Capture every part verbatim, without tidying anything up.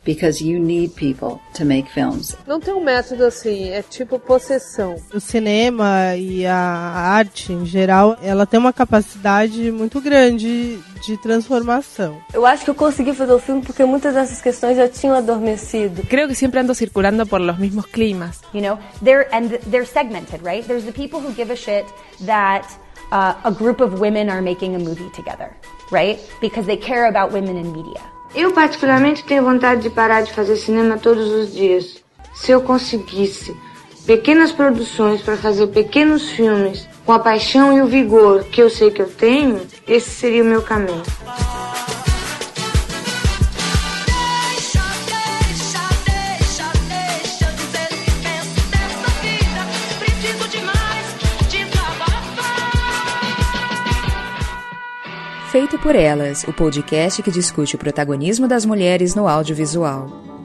because you need people to make films. Não tem um método assim, é tipo possessão. O cinema e a arte em geral, ela tem uma capacidade muito grande de transformação. Eu acho que eu consegui fazer o filme porque muitas dessas questões já tinham adormecido. Creo que siempre ando circulando por los mismos climas. You know, they're and they're segmented, right? There's the people who give a shit that uh, a group of women are making a movie together, right? Because they care about women in media. Eu particularmente tenho vontade de parar de fazer cinema todos os dias. Se eu conseguisse pequenas produções para fazer pequenos filmes com a paixão e o vigor que eu sei que eu tenho, esse seria o meu caminho. Feito por Elas, o podcast que discute o protagonismo das mulheres no audiovisual.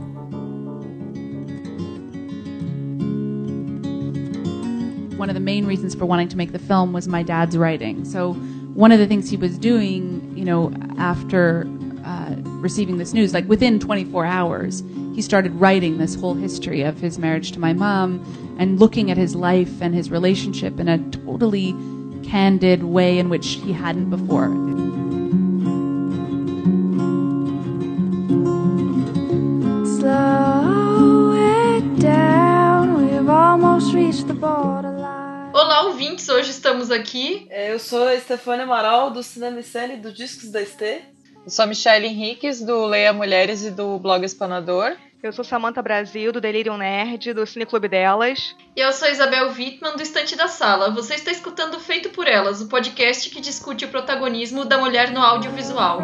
One of the main reasons for wanting to make the film was my dad's writing. So one of the things he was doing, you know, after uh, receiving this news, like within twenty-four hours, he started writing this whole history of his marriage to my mom and looking at his life and his relationship in a totally candid way in which he hadn't before. Slow it down, we've almost reached the borderline. Olá, ouvintes! Hoje estamos aqui. Eu sou a Stefania Amaral, do Cinema e Série, do Discos da Estê. Eu sou a Michelle Henriques, do Leia Mulheres e do Blog Expanador. Eu sou Samantha Brasil, do Delirium Nerd, do Cineclube Delas. E eu sou Isabel Wittmann, do Estante da Sala. Você está escutando Feito por Elas, o podcast que discute o protagonismo da mulher no audiovisual.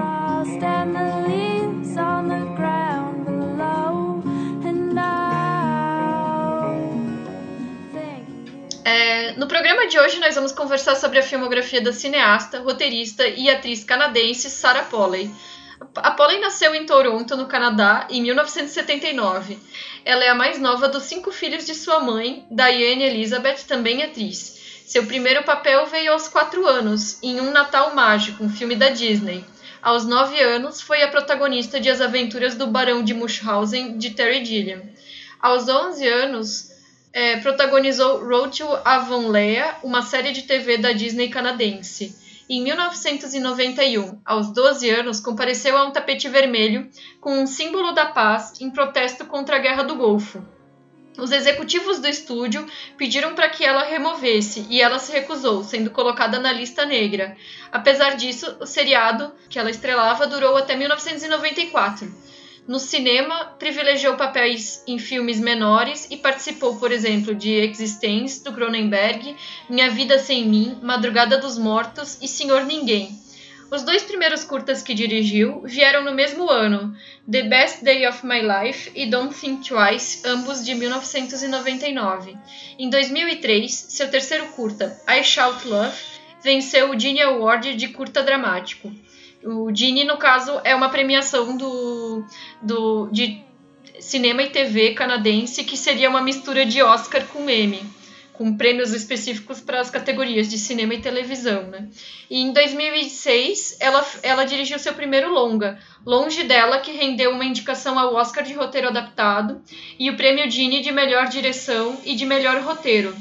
É, no programa de hoje nós vamos conversar sobre a filmografia da cineasta, roteirista e atriz canadense Sarah Polley. A Polley nasceu em Toronto, no Canadá, em mil novecentos e setenta e nove. Ela é a mais nova dos cinco filhos de sua mãe, Diane Elizabeth, também atriz. Seu primeiro papel veio aos quatro anos, em Um Natal Mágico, um filme da Disney. Aos nove anos, foi a protagonista de As Aventuras do Barão de Munchausen, de Terry Gilliam. Aos onze anos, é, protagonizou Road to Avonlea, uma série de T V da Disney canadense. Em mil novecentos e noventa e um, aos doze anos, compareceu a um tapete vermelho com um símbolo da paz em protesto contra a Guerra do Golfo. Os executivos do estúdio pediram para que ela removesse e ela se recusou, sendo colocada na lista negra. Apesar disso, o seriado que ela estrelava durou até mil novecentos e noventa e quatro. No cinema, privilegiou papéis em filmes menores e participou, por exemplo, de Existence, do Cronenberg, Minha Vida Sem Mim, Madrugada dos Mortos e Senhor Ninguém. Os dois primeiros curtas que dirigiu vieram no mesmo ano, The Best Day of My Life e Don't Think Twice, ambos de mil novecentos e noventa e nove. Em dois mil e três, seu terceiro curta, I Shout Love, venceu o Genie Award de curta dramático. O Genie, no caso, é uma premiação do, do, de cinema e T V canadense que seria uma mistura de Oscar com Emmy, com prêmios específicos para as categorias de cinema e televisão, né? E em dois mil e seis, ela, ela dirigiu seu primeiro longa, Longe Dela, que rendeu uma indicação ao Oscar de roteiro adaptado e o prêmio Genie de melhor direção e de melhor roteiro.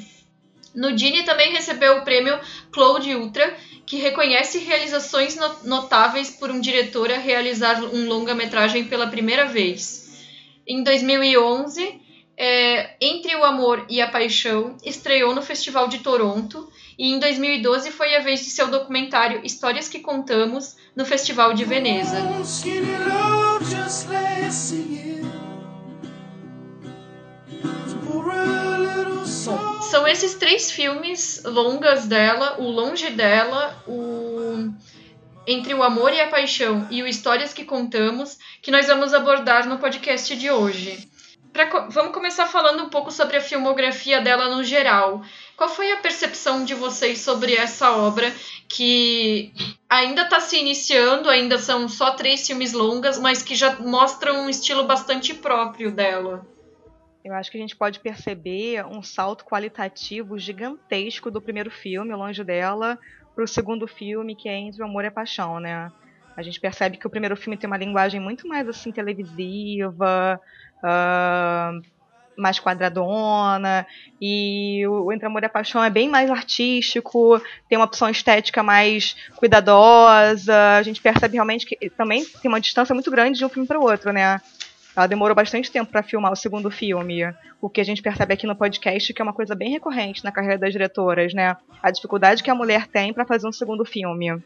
No Genie também recebeu o prêmio Claude Ultra, que reconhece realizações notáveis por um diretor a realizar um longa-metragem pela primeira vez. Em dois mil e onze, é, Entre o Amor e a Paixão estreou no Festival de Toronto e em dois mil e doze foi a vez de seu documentário Histórias que Contamos no Festival de Veneza. Bom, são esses três filmes longas dela, o Longe Dela, o Entre o Amor e a Paixão e o Histórias que Contamos, que nós vamos abordar no podcast de hoje. Pra, vamos começar falando um pouco sobre a filmografia dela no geral. Qual foi a percepção de vocês sobre essa obra, que ainda está se iniciando, ainda são só três filmes longas, mas que já mostram um estilo bastante próprio dela? Eu acho que a gente pode perceber um salto qualitativo gigantesco do primeiro filme, Longe Dela, para o segundo filme, que é Entre o Amor e a Paixão, né? A gente percebe que o primeiro filme tem uma linguagem muito mais assim televisiva, uh, mais quadradona, e o Entre Amor e Paixão é bem mais artístico, tem uma opção estética mais cuidadosa. A gente percebe realmente que também tem uma distância muito grande de um filme para o outro, né? Ela demorou bastante tempo para filmar o segundo filme, o que a gente percebe aqui no podcast que é uma coisa bem recorrente na carreira das diretoras, né? A dificuldade que a mulher tem para fazer um segundo filme.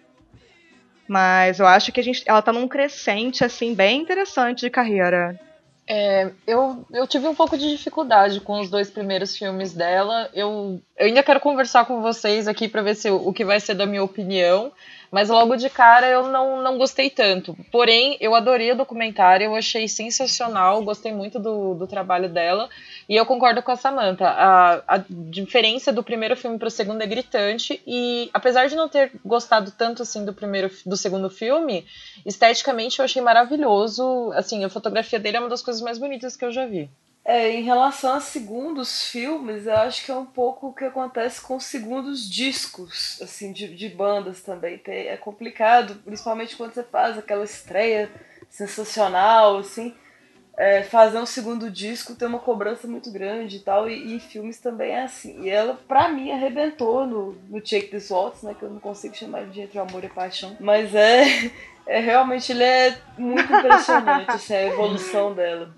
Mas eu acho que a gente, ela tá num crescente, assim, bem interessante de carreira. É, eu, eu tive um pouco de dificuldade com os dois primeiros filmes dela. Eu, eu ainda quero conversar com vocês aqui para ver se o, o que vai ser da minha opinião. Mas logo de cara eu não, não gostei tanto. Porém, eu adorei o documentário, eu achei sensacional, gostei muito do, do trabalho dela. E eu concordo com a Samantha. A, a diferença do primeiro filme para o segundo é gritante. E apesar de não ter gostado tanto assim do, primeiro, do segundo filme, esteticamente eu achei maravilhoso. Assim, a fotografia dele é uma das coisas mais bonitas que eu já vi. É, em relação a segundos filmes, eu acho que é um pouco o que acontece com os segundos discos, assim, de, de bandas também. Tem, é complicado, principalmente quando você faz aquela estreia sensacional, assim, é, fazer um segundo disco tem uma cobrança muito grande e tal, e, e em filmes também é assim. E ela, pra mim, arrebentou no, no Take This Waltz, né, que eu não consigo chamar de Entre Amor e Paixão, mas é, é realmente, ele é muito impressionante, assim, a evolução dela.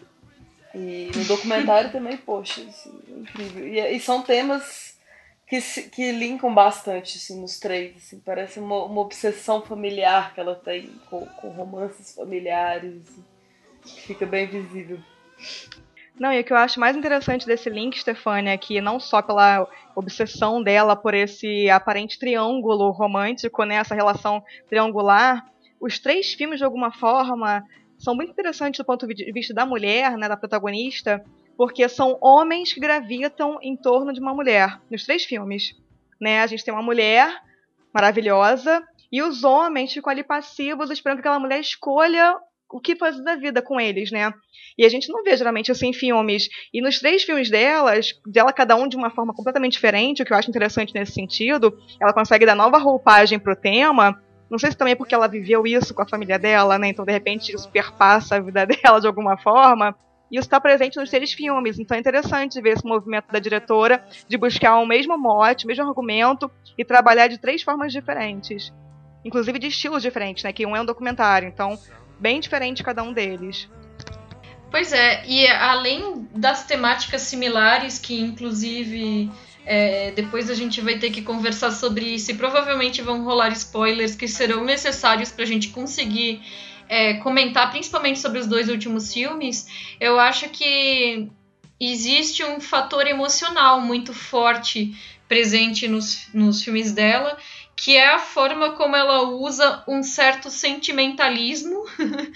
E no documentário também, poxa, assim, é incrível. E, e são temas que, se, que linkam bastante, assim, nos três. Assim, parece uma, uma obsessão familiar que ela tem com, com romances familiares, assim, que fica bem visível. Não, e o que eu acho mais interessante desse link, Stefania, é que não só pela obsessão dela por esse aparente triângulo romântico, né, essa relação triangular, os três filmes, de alguma forma, são muito interessantes do ponto de vista da mulher, né, da protagonista, porque são homens que gravitam em torno de uma mulher, nos três filmes. Né? A gente tem uma mulher maravilhosa e os homens ficam ali passivos esperando que aquela mulher escolha o que fazer da vida com eles, né? E a gente não vê geralmente assim em filmes. E nos três filmes delas, dela cada um de uma forma completamente diferente, o que eu acho interessante nesse sentido, ela consegue dar nova roupagem pro tema. Não sei se também é porque ela viveu isso com a família dela, né? Então, de repente, isso perpassa a vida dela de alguma forma. E isso está presente nos três filmes. Então, é interessante ver esse movimento da diretora de buscar o mesmo mote, o mesmo argumento e trabalhar de três formas diferentes. Inclusive de estilos diferentes, né? Que um é um documentário. Então, bem diferente cada um deles. Pois é. E além das temáticas similares, que inclusive... É, depois a gente vai ter que conversar sobre isso e provavelmente vão rolar spoilers que serão necessários para a gente conseguir é, comentar principalmente sobre os dois últimos filmes. Eu acho que existe um fator emocional muito forte presente nos, nos filmes dela, que é a forma como ela usa um certo sentimentalismo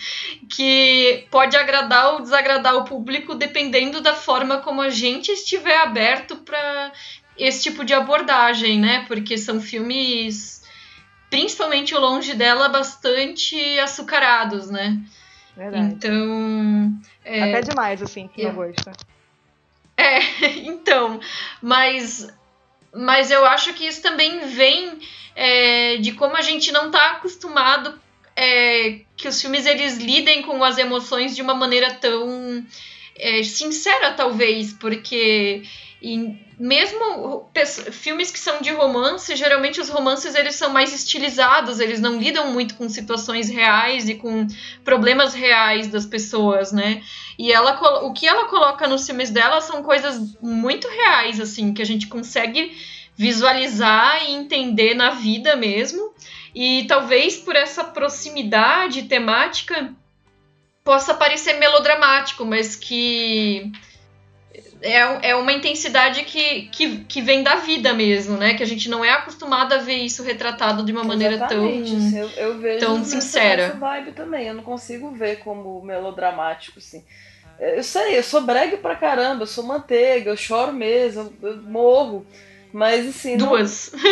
que pode agradar ou desagradar o público dependendo da forma como a gente estiver aberto para esse tipo de abordagem, né? Porque são filmes, principalmente o Longe dela, bastante açucarados, né? Verdade. Então... É... Até demais, assim, que eu gosto. É, então, mas... Mas eu acho que isso também vem é, de como a gente não está acostumado é, que os filmes eles lidem com as emoções de uma maneira tão é, sincera, talvez, porque e mesmo filmes que são de romance, geralmente os romances eles são mais estilizados, eles não lidam muito com situações reais e com problemas reais das pessoas, né? E ela, o que ela coloca nos filmes dela são coisas muito reais, assim, que a gente consegue visualizar e entender na vida mesmo. E talvez por essa proximidade temática possa parecer melodramático, mas que é, é uma intensidade que, que, que vem da vida mesmo, né? Que a gente não é acostumado a ver isso retratado de uma maneira Exatamente, tão, assim, eu, eu vejo tão nessa, sincera. Nessa vibe também, eu não consigo ver como melodramático, assim. Eu sei, eu sou brega pra caramba, eu sou manteiga, eu choro mesmo, eu, eu morro, mas assim... Duas. Não...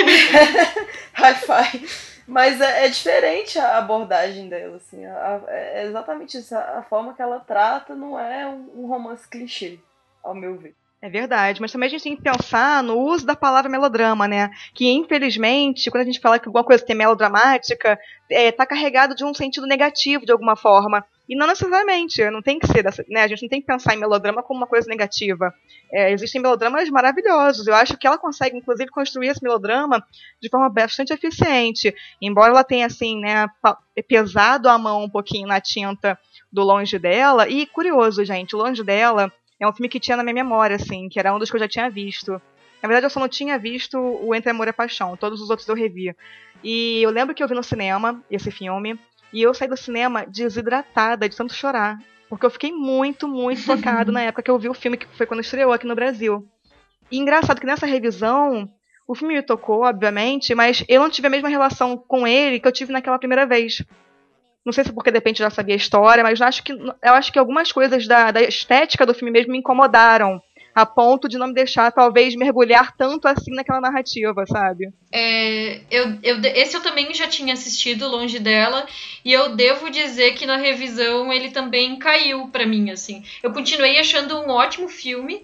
Hi-fi. Mas é, é diferente a abordagem dela, assim, a, a, é exatamente isso, a, a forma que ela trata não é um, um romance clichê, ao meu ver. É verdade, mas também a gente tem que pensar no uso da palavra melodrama, né? Que, infelizmente, quando a gente fala que alguma coisa é melodramática, é, tá carregado de um sentido negativo, de alguma forma. E não necessariamente, não tem que ser dessa, né? A gente não tem que pensar em melodrama como uma coisa negativa. É, existem melodramas maravilhosos. Eu acho que ela consegue, inclusive, construir esse melodrama de forma bastante eficiente. Embora ela tenha, assim, né, pesado a mão um pouquinho na tinta do Longe Dela. E, curioso, gente, o Longe Dela é um filme que tinha na minha memória, assim, que era um dos que eu já tinha visto. Na verdade, eu só não tinha visto o Entre Amor e Paixão. Todos os outros eu revi. E eu lembro que eu vi no cinema esse filme. E eu saí do cinema desidratada de tanto chorar. Porque eu fiquei muito, muito tocado na época que eu vi o filme, que foi quando estreou aqui no Brasil. E engraçado que nessa revisão, o filme me tocou, obviamente, mas eu não tive a mesma relação com ele que eu tive naquela primeira vez. Não sei se porque de repente eu já sabia a história, mas eu acho que, eu acho que algumas coisas da, da estética do filme mesmo me incomodaram. A ponto de não me deixar, talvez, mergulhar tanto assim naquela narrativa, sabe? É, eu, eu, esse eu também já tinha assistido, Longe Dela, e eu devo dizer que na revisão ele também caiu pra mim, assim. Eu continuei achando um ótimo filme,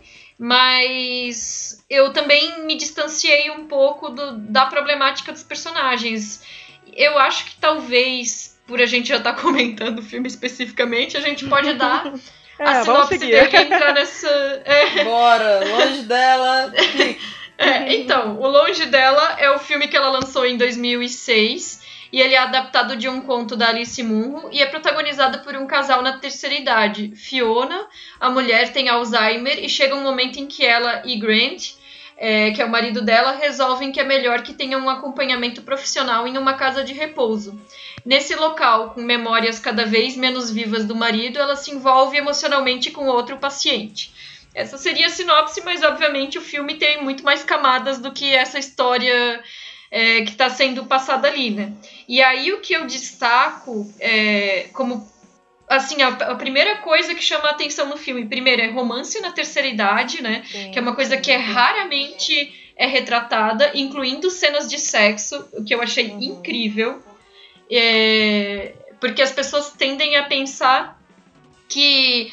mas eu também me distanciei um pouco do, da problemática dos personagens. Eu acho que talvez, por a gente já estar tá comentando o filme especificamente, a gente pode dar... É, a sinopse dele entrar nessa... É. Bora, Longe Dela. É, então, o Longe Dela é o filme que ela lançou em dois mil e seis e ele é adaptado de um conto da Alice Munro e é protagonizado por um casal na terceira idade. Fiona, a mulher, tem Alzheimer e chega um momento em que ela e Grant, é, que é o marido dela, resolvem que é melhor que tenha um acompanhamento profissional em uma casa de repouso. Nesse local, com memórias cada vez menos vivas do marido, ela se envolve emocionalmente com outro paciente. Essa seria a sinopse, mas obviamente o filme tem muito mais camadas do que essa história é, que está sendo passada ali, né? E aí o que eu destaco é, como... Assim, a, a primeira coisa que chama a atenção no filme, primeiro, é romance na terceira idade, né? Sim, que é uma coisa que é raramente é retratada, incluindo cenas de sexo, o que eu achei uhum. incrível. É, porque as pessoas tendem a pensar que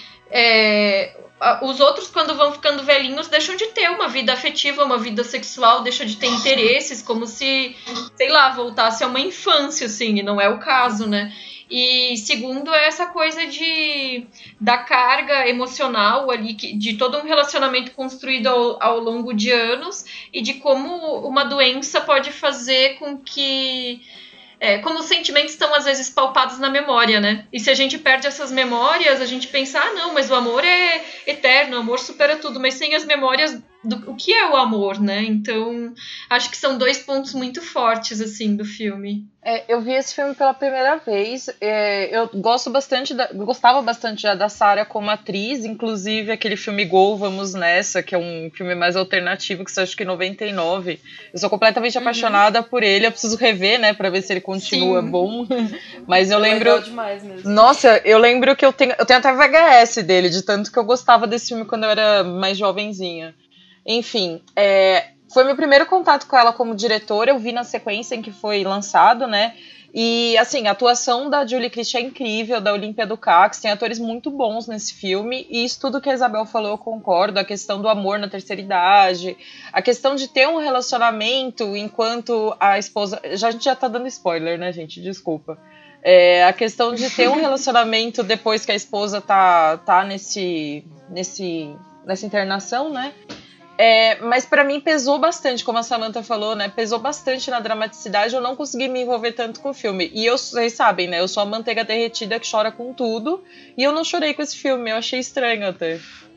é, os outros, quando vão ficando velhinhos, deixam de ter uma vida afetiva, uma vida sexual, deixam de ter interesses, como se, sei lá, voltasse a uma infância, assim, e não é o caso, né? E segundo é essa coisa de, da carga emocional ali, de todo um relacionamento construído ao, ao longo de anos e de como uma doença pode fazer com que... É, como os sentimentos estão às vezes palpados na memória, né? E se a gente perde essas memórias, a gente pensa, ah, não, mas o amor é eterno, o amor supera tudo, mas sem as memórias do o que é o amor, né? Então, acho que são dois pontos muito fortes, assim, do filme. É, eu vi esse filme pela primeira vez. É, eu gosto bastante, da, gostava bastante já da Sarah como atriz, inclusive aquele filme Gol, Vamos Nessa, que é um filme mais alternativo, que você acha que em noventa e nove. Eu sou completamente uhum. apaixonada por ele, eu preciso rever, né, pra ver se ele continua Sim. bom. Mas eu é lembro... legal demais mesmo. Nossa, eu lembro que eu tenho, eu tenho até V H S dele, de tanto que eu gostava desse filme quando eu era mais jovenzinha. Enfim, é, foi meu primeiro contato com ela como diretora, eu vi na sequência em que foi lançado, né? E, assim, a atuação da Julie Christie é incrível, da Olímpia Dukakis, tem atores muito bons nesse filme, e isso tudo que a Isabel falou eu concordo, a questão do amor na terceira idade, a questão de ter um relacionamento enquanto a esposa... Já, a gente já tá dando spoiler, né, gente? Desculpa. É, a questão de ter um relacionamento depois que a esposa tá, tá nesse, nesse, nessa internação, né? É, mas pra mim pesou bastante, como a Samantha falou, né? Pesou bastante na dramaticidade, eu não consegui me envolver tanto com o filme. E eu, vocês sabem, né? Eu sou a manteiga derretida que chora com tudo. E eu não chorei com esse filme, eu achei estranho até.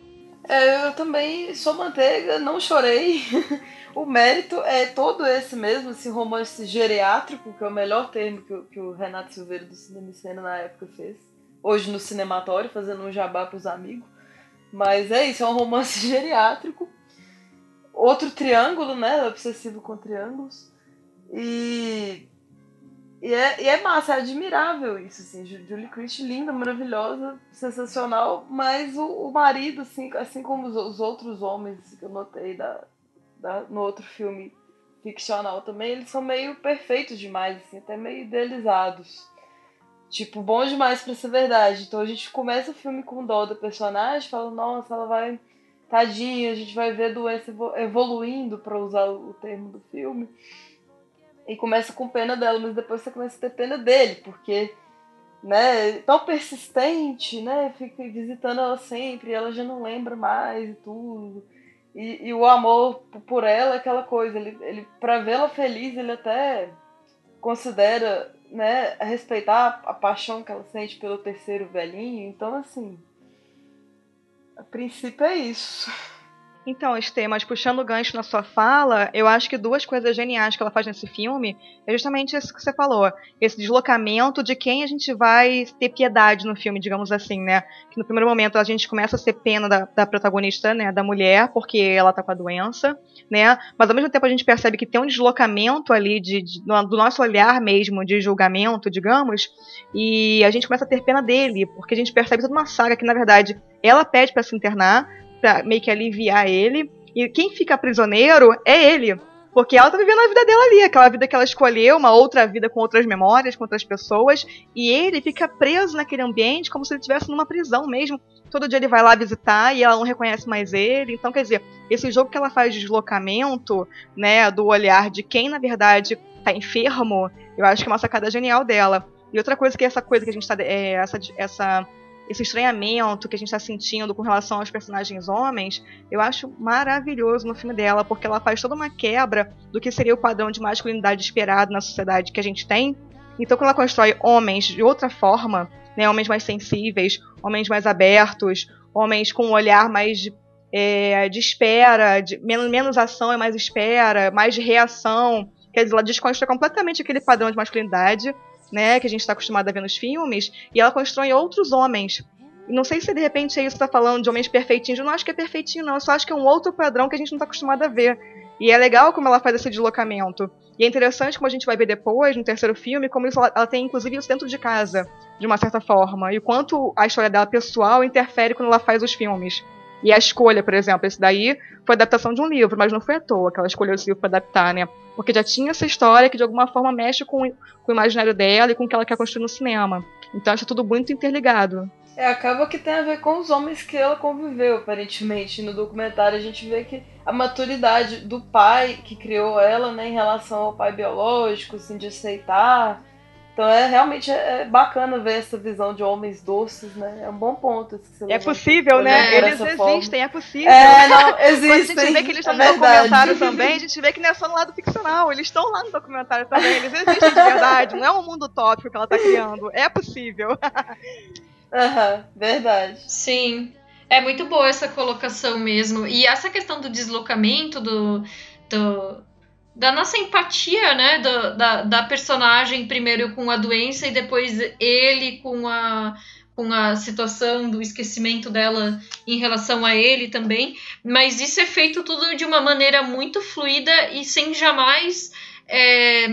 É, eu também sou manteiga, não chorei. O mérito é todo esse mesmo, esse romance geriátrico, que é o melhor termo que o, que o Renato Silveira do Cinema e Cena na época fez. Hoje no Cinematório, fazendo um jabá pros amigos. Mas é isso, é um romance geriátrico. Outro triângulo, né? Obsessivo com triângulos. E, e, é, e é massa, é admirável isso, assim. Julie Christie, linda, maravilhosa, sensacional. Mas o, o marido, assim, assim como os, os outros homens assim, que eu notei da, da, no outro filme ficcional também, eles são meio perfeitos demais, assim, até meio idealizados. Tipo, bom demais pra ser verdade. Então a gente começa o filme com dó da personagem, fala, nossa, ela vai... tadinho, a gente vai ver a doença evoluindo, para usar o termo do filme. E começa com pena dela, mas depois você começa a ter pena dele, porque, né, tão persistente, né, fica visitando ela sempre, ela já não lembra mais e tudo. E, e o amor por ela é aquela coisa, ele, ele, pra vê-la feliz, ele até considera, né, respeitar a paixão que ela sente pelo terceiro velhinho. Então, assim, a princípio é isso. Então, Estê, mas puxando o gancho na sua fala, eu acho que duas coisas geniais que ela faz nesse filme é justamente isso que você falou. Esse deslocamento de quem a gente vai ter piedade no filme, digamos assim, né? Que no primeiro momento a gente começa a ter pena da, da protagonista, né? Da mulher, porque ela tá com a doença, né? Mas ao mesmo tempo a gente percebe que tem um deslocamento ali de, de, do nosso olhar mesmo, de julgamento, digamos, e a gente começa a ter pena dele, porque a gente percebe toda uma saga que, na verdade, ela pede pra se internar, pra meio que aliviar ele, e quem fica prisioneiro é ele, porque ela tá vivendo a vida dela ali, aquela vida que ela escolheu, uma outra vida com outras memórias, com outras pessoas, e ele fica preso naquele ambiente como se ele estivesse numa prisão mesmo. Todo dia ele vai lá visitar e ela não reconhece mais ele. Então, quer dizer, esse jogo que ela faz de deslocamento, né, do olhar de quem na verdade tá enfermo, eu acho que é uma sacada genial dela. E outra coisa que é essa coisa que a gente tá, é, essa, essa esse estranhamento que a gente está sentindo com relação aos personagens homens, eu acho maravilhoso no filme dela, porque ela faz toda uma quebra do que seria o padrão de masculinidade esperado na sociedade que a gente tem. Então, quando ela constrói homens de outra forma, né, homens mais sensíveis, homens mais abertos, homens com um olhar mais de, é, de espera, de menos, menos ação e mais espera, mais de reação, quer dizer, ela desconstrói completamente aquele padrão de masculinidade, né, que a gente está acostumado a ver nos filmes, e ela constrói outros homens. E não sei se de repente é isso que está falando de homens perfeitinhos, eu não acho que é perfeitinho não, eu só acho que é um outro padrão que a gente não está acostumado a ver. E é legal como ela faz esse deslocamento. E é interessante como a gente vai ver depois, no terceiro filme, como isso, ela, ela tem inclusive isso dentro de casa, de uma certa forma, e o quanto a história dela pessoal interfere quando ela faz os filmes. E a escolha, por exemplo, esse daí foi adaptação de um livro, mas não foi à toa que ela escolheu esse livro para adaptar, né? Porque já tinha essa história que de alguma forma mexe com, com o imaginário dela e com o que ela quer construir no cinema. Então acho tudo muito interligado. É, acaba que tem a ver com os homens que ela conviveu, aparentemente. No documentário a gente vê que a maturidade do pai que criou ela, né, em relação ao pai biológico, assim, de aceitar. Então é realmente é bacana ver essa visão de homens doces, né? É um bom ponto. Que você é possível, né? Eles existem, forma. É possível. É, não, existem. Quando a gente vê que eles estão é no documentário também, a gente vê que não é só no lado ficcional, eles estão lá no documentário também, eles existem de verdade, não é um mundo utópico que ela está criando, é possível. Aham, uhum, verdade. Sim, é muito boa essa colocação mesmo. E essa questão do deslocamento, do... do... da nossa empatia, né, do, da, da personagem, primeiro com a doença e depois ele com a, com a situação do esquecimento dela em relação a ele também, mas isso é feito tudo de uma maneira muito fluida e sem jamais é,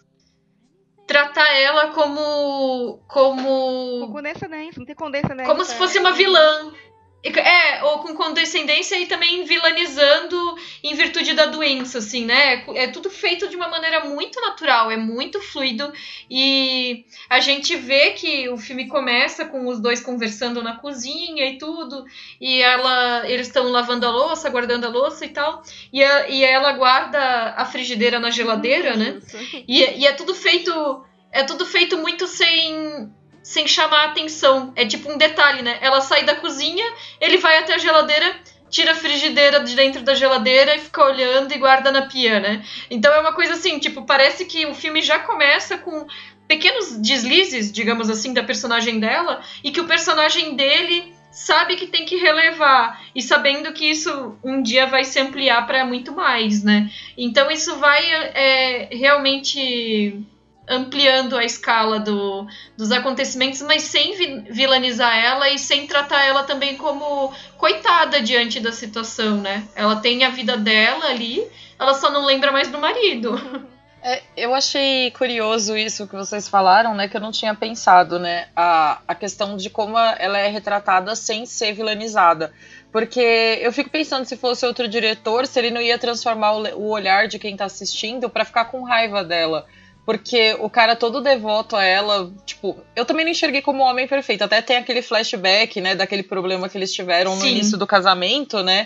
tratar ela como... como... Com condescendência, não tem condescendência. Como se fosse uma vilã. É, ou com condescendência e também vilanizando em virtude da doença, assim, né? É tudo feito de uma maneira muito natural, é muito fluido. E a gente vê que o filme começa com os dois conversando na cozinha e tudo. E ela, eles estão lavando a louça, guardando a louça e tal. E, a, e ela guarda a frigideira na geladeira, né? E, e é tudo feito... É tudo feito muito sem... sem chamar a atenção, é tipo um detalhe, né? Ela sai da cozinha, ele vai até a geladeira, tira a frigideira de dentro da geladeira e fica olhando e guarda na pia, né? Então é uma coisa assim, tipo, parece que o filme já começa com pequenos deslizes, digamos assim, da personagem dela, e que o personagem dele sabe que tem que relevar, e sabendo que isso um dia vai se ampliar para muito mais, né? Então isso vai é, realmente... ampliando a escala do, dos acontecimentos, mas sem vi, vilanizar ela e sem tratar ela também como coitada diante da situação, né? Ela tem a vida dela ali, ela só não lembra mais do marido. É, eu achei curioso isso que vocês falaram, né? Que eu não tinha pensado, né? A, a questão de como ela é retratada sem ser vilanizada. Porque eu fico pensando, se fosse outro diretor, se ele não ia transformar o, o olhar de quem tá assistindo pra ficar com raiva dela. Porque o cara todo devoto a ela, tipo, eu também não enxerguei como um homem perfeito. Até tem aquele flashback, né, daquele problema que eles tiveram Sim. no início do casamento, né?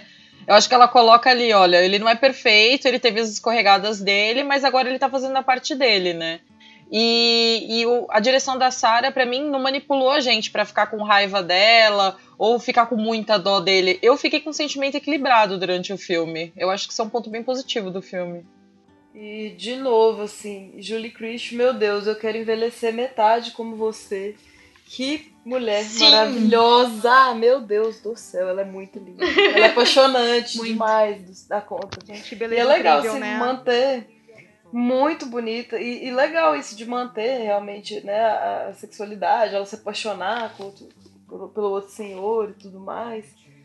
Eu acho que ela coloca ali, olha, ele não é perfeito, ele teve as escorregadas dele, mas agora ele tá fazendo a parte dele, né? E, e o, a direção da Sarah, pra mim, não manipulou a gente pra ficar com raiva dela ou ficar com muita dó dele. Eu fiquei com um sentimento equilibrado durante o filme. Eu acho que isso é um ponto bem positivo do filme. E, de novo, assim, Julie Christ, meu Deus, eu quero envelhecer metade como você. Que mulher Sim. maravilhosa! Meu Deus do céu, ela é muito linda. Ela é apaixonante demais da conta. Gente, que beleza. E é legal, incrível, assim, né? manter... Muito bonita. E, e legal isso de manter realmente, né, a, a sexualidade, ela se apaixonar com outro, pelo, pelo outro senhor e tudo mais.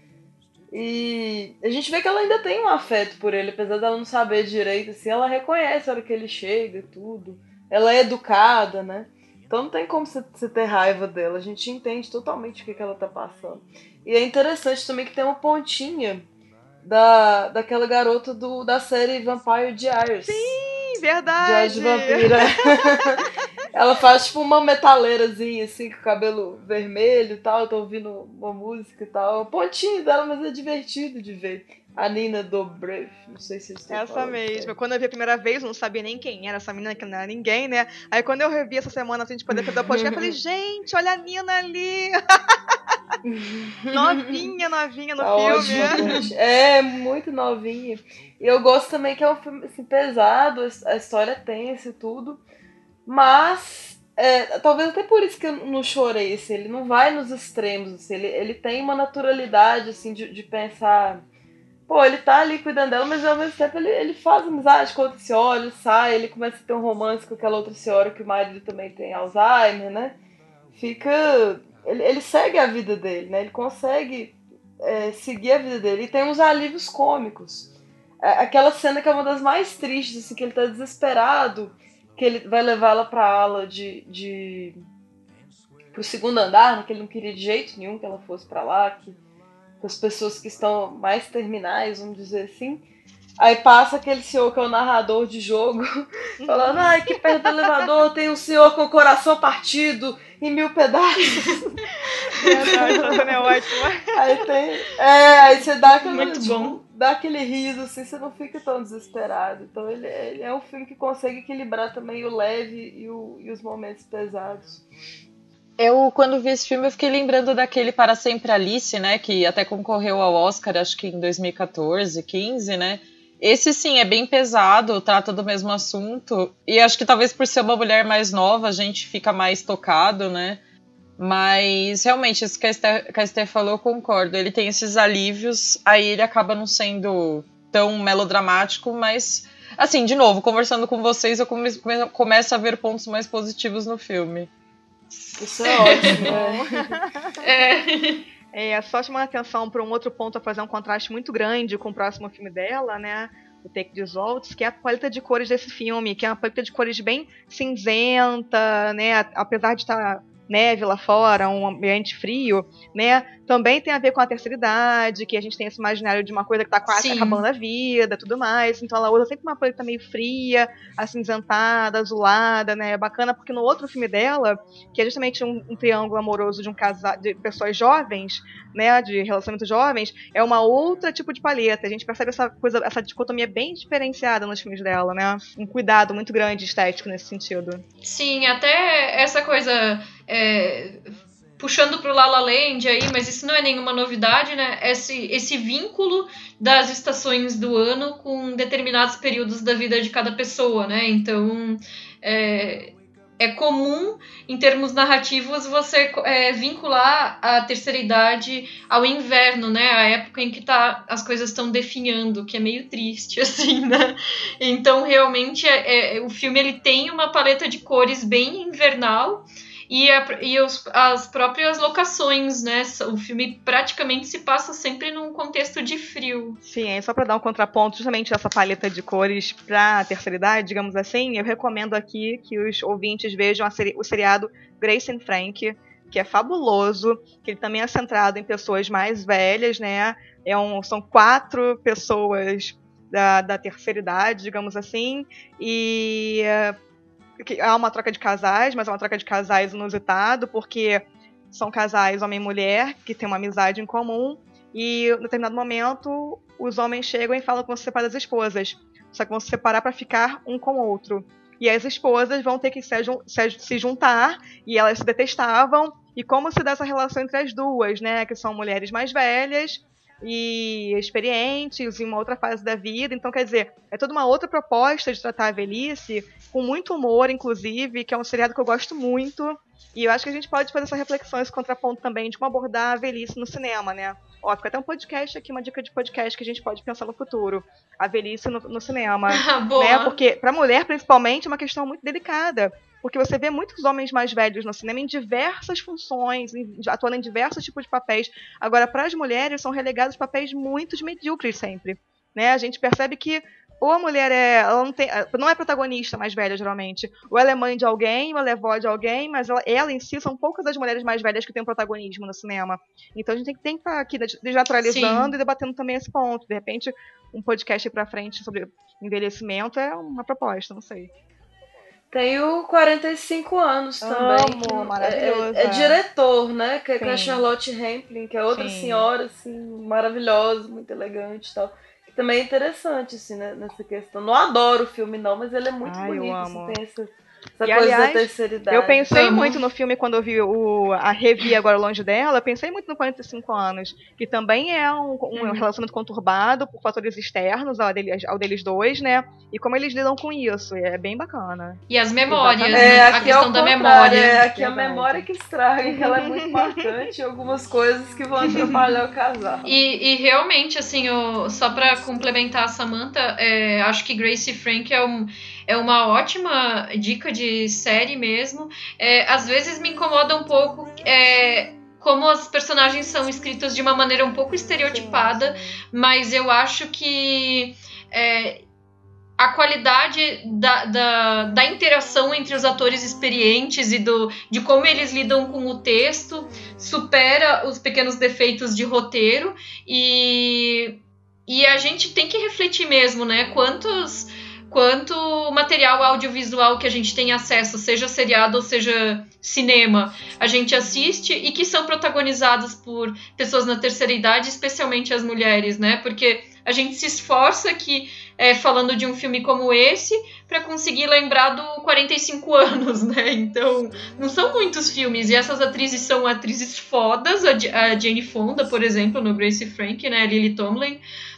E a gente vê que ela ainda tem um afeto por ele, apesar dela não saber direito, assim, ela reconhece a hora que ele chega e tudo. Ela é educada, né? Então não tem como você, você ter raiva dela. A gente entende totalmente o que, que ela tá passando. E é interessante também que tem uma pontinha da, daquela garota do, da série Vampire Diaries. Sim, verdade! Diário de Vampira. Ela faz tipo uma metaleirazinha assim, com o cabelo vermelho e tal. Eu tô ouvindo uma música e tal. Um pontinho dela, mas é divertido de ver. A Nina Dobrev, não sei se vocês estão Essa falando, mesma. é. Quando eu vi a primeira vez, eu não sabia nem quem era essa menina, que não era ninguém, né? Aí quando eu revi essa semana, assim, de poder fazer o podcast, eu falei, gente, olha a Nina ali! novinha, novinha no Tá filme. ótimo, gente. É, muito novinha. E eu gosto também que é um filme assim, pesado, a história é tensa e tudo. Mas, é, talvez até por isso que eu não chorei, assim, ele não vai nos extremos, assim, ele, ele tem uma naturalidade, assim, de, de pensar... Pô, ele tá ali cuidando dela, mas ao mesmo tempo ele, ele faz amizade com outra senhora, ele sai, ele começa a ter um romance com aquela outra senhora que o marido também tem Alzheimer, né? Fica... Ele, ele segue a vida dele, né? Ele consegue é, seguir a vida dele. E tem uns alívios cômicos. É, aquela cena que é uma das mais tristes, assim, que ele tá desesperado, que ele vai levar ela pra ala de... de... pro segundo andar, né? Que ele não queria de jeito nenhum que ela fosse pra lá, que... as pessoas que estão mais terminais, vamos dizer assim. Aí passa aquele senhor que é o narrador de jogo, falando, ai, que perto do elevador tem um senhor com o coração partido em mil pedaços. Verdade, essa cena é ótima. Aí tem... É, aí você dá aquele, Muito bom. dá aquele riso, assim, você não fica tão desesperado. Então ele, ele é um filme que consegue equilibrar também o leve e, o, e os momentos pesados. Eu, quando vi esse filme, eu fiquei lembrando daquele Para Sempre Alice, né, que até concorreu ao Oscar, acho que em dois mil e quatorze, quinze, né. Esse, sim, é bem pesado, trata do mesmo assunto, e acho que talvez por ser uma mulher mais nova, a gente fica mais tocado, né. Mas, realmente, isso que a Esther, que a Esther falou, eu concordo. Ele tem esses alívios, aí ele acaba não sendo tão melodramático, mas... Assim, de novo, conversando com vocês, eu come, começo a ver pontos mais positivos no filme. Isso é ótimo, né? É. É, só chamando a atenção para um outro ponto, a fazer um contraste muito grande com o próximo filme dela, né? O Take This Waltz, que é a paleta de cores desse filme, que é uma paleta de cores bem cinzenta, né? Apesar de estar neve lá fora, um ambiente frio, né? Também tem a ver com a terceira idade, que a gente tem esse imaginário de uma coisa que tá quase Sim. acabando a vida, tudo mais. Então ela usa sempre uma paleta meio fria, acinzentada, azulada, né? É bacana porque no outro filme dela, que é justamente um, um triângulo amoroso de um casal, de pessoas jovens, né? De relacionamentos jovens, é uma outra tipo de paleta. A gente percebe essa coisa, essa dicotomia bem diferenciada nos filmes dela, né? Um cuidado muito grande estético nesse sentido. Sim, até essa coisa... É, puxando pro La La Land aí, mas isso não é nenhuma novidade, né? Esse, esse vínculo das estações do ano com determinados períodos da vida de cada pessoa, né? Então, é, é comum, em termos narrativos, você é, vincular a terceira idade ao inverno, né? A época em que tá, as coisas estão definhando, que é meio triste, assim, né? Então, realmente, é, é, o filme ele tem uma paleta de cores bem invernal. E, a, e os, as próprias locações, né? O filme praticamente se passa sempre num contexto de frio. Sim, aí só para dar um contraponto, justamente essa paleta de cores pra terceira idade, digamos assim, eu recomendo aqui que os ouvintes vejam a seri- o seriado Grace and Frank, que é fabuloso, que ele também é centrado em pessoas mais velhas, né? É um, são quatro pessoas da, da terceira idade, digamos assim, e... que há uma troca de casais, mas é uma troca de casais inusitado, porque são casais homem e mulher, que têm uma amizade em comum, e em determinado momento os homens chegam e falam que vão se separar das esposas, só que vão se separar para ficar um com o outro. E as esposas vão ter que se, se juntar, e elas se detestavam, e como se dá essa relação entre as duas, né, que são mulheres mais velhas e experientes em uma outra fase da vida. Então, quer dizer, é toda uma outra proposta de tratar a velhice, com muito humor, inclusive, que é um seriado que eu gosto muito. E eu acho que a gente pode fazer essa reflexão, esse contraponto também de como abordar a velhice no cinema, né? Ó, fica até um podcast aqui, uma dica de podcast que a gente pode pensar no futuro. A velhice no, no cinema. Boa. Né? Porque, pra mulher, principalmente, é uma questão muito delicada. Porque você vê muitos homens mais velhos no cinema em diversas funções, em, atuando em diversos tipos de papéis. Agora, para as mulheres, são relegados papéis muito medíocres sempre. Né? A gente percebe que ou a mulher é, ela não, tem, não é protagonista mais velha, geralmente. Ou ela é mãe de alguém, ou ela é vó de alguém, mas ela, ela em si são poucas as mulheres mais velhas que têm protagonismo no cinema. Então a gente tem que estar aqui desnaturalizando Sim. e debatendo também esse ponto. De repente, um podcast aí pra frente sobre envelhecimento é uma proposta, não sei. Tem o quarenta e cinco anos também. Amo, maravilhoso. É, é, é diretor, né? Que é com a Charlotte Rampling, que é outra Sim. senhora, assim, maravilhosa, muito elegante e tal. Também é interessante, assim, né, nessa questão. Não adoro o filme, não, mas ele é muito Ai, bonito. Eu amo. Assim, tem essa, essa e, coisa aliás, da terceira idade. Eu pensei uhum. muito no filme quando eu vi o, a revi agora longe dela. Eu pensei muito no quarenta e cinco anos, que também é um, um uhum. relacionamento conturbado por fatores externos ao deles, ao deles dois, né? E como eles lidam com isso. É bem bacana. E as memórias, é, né? A questão da memória. É, aqui é a memória que estraga, que ela é muito marcante e algumas coisas que vão atrapalhar o casal. E, e realmente, assim, o, só pra complementar a Samantha, é, acho que Grace Frank é, um, é uma ótima dica de série mesmo. É, às vezes me incomoda um pouco é, como as personagens são escritas de uma maneira um pouco estereotipada, sim, sim. Mas eu acho que é, a qualidade da, da, da interação entre os atores experientes e do, de como eles lidam com o texto supera os pequenos defeitos de roteiro, e, e a gente tem que refletir mesmo, né? Quantos, quanto material audiovisual que a gente tem acesso, seja seriado ou seja cinema, a gente assiste e que são protagonizados por pessoas na terceira idade, especialmente as mulheres, né? Porque a gente se esforça aqui, é, falando de um filme como esse, para conseguir lembrar do quarenta e cinco anos, né? Então, não são muitos filmes, e essas atrizes são atrizes fodas, a Jane Fonda, por exemplo, no Grace Frank, né? A Lily Tomlin,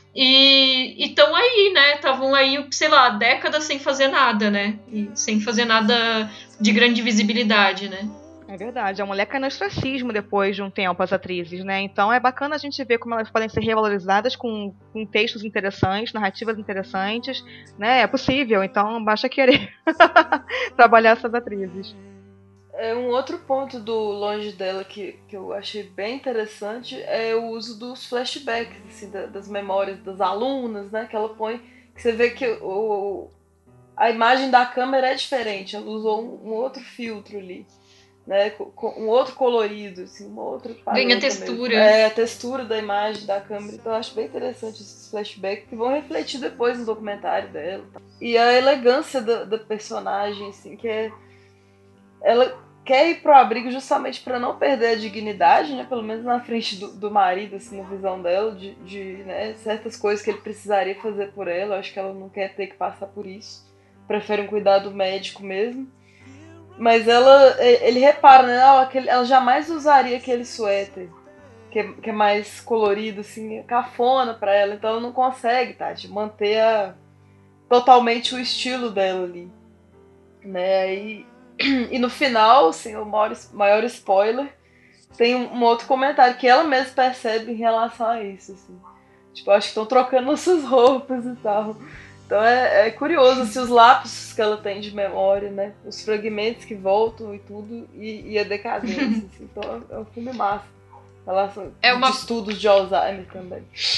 e estão aí, né? Estavam aí, sei lá, décadas sem fazer nada, né? E sem fazer nada de grande visibilidade, né? É verdade, a mulher cai no ostracismo depois de um tempo, as atrizes, né? Então é bacana a gente ver como elas podem ser revalorizadas com, com textos interessantes, narrativas interessantes, né? É possível, então basta querer trabalhar essas atrizes. É, um outro ponto do Longe dela que, que eu achei bem interessante é o uso dos flashbacks, assim, da, das memórias das alunas, né? Que ela põe, que você vê que o, a imagem da câmera é diferente, ela usou um, um outro filtro ali. Né, com um outro colorido, assim, uma outra ganha textura. Mesmo. É, a textura da imagem da câmera. Então eu acho bem interessante esses flashbacks que vão refletir depois no documentário dela. E a elegância da, da personagem, assim, que é. Ela quer ir pro abrigo justamente para não perder a dignidade, né? Pelo menos na frente do, do marido, assim, na visão dela, de, de né, certas coisas que ele precisaria fazer por ela. Eu acho que ela não quer ter que passar por isso. Prefere um cuidado médico mesmo. Mas ela, ele repara, né? Ela, ela jamais usaria aquele suéter que é, que é mais colorido, assim, cafona pra ela. Então ela não consegue, Tati, manter a, totalmente o estilo dela ali. Né? E, e no final, assim, o maior, maior spoiler, tem um, um outro comentário que ela mesma percebe em relação a isso. Assim. Tipo, acho que estão trocando nossas roupas e tal. Então é, é curioso assim, os lapsos que ela tem de memória, né? Os fragmentos que voltam e tudo, e, e a decadência. Assim. Então é um filme massa. Relação é uma... de estudos de Alzheimer também.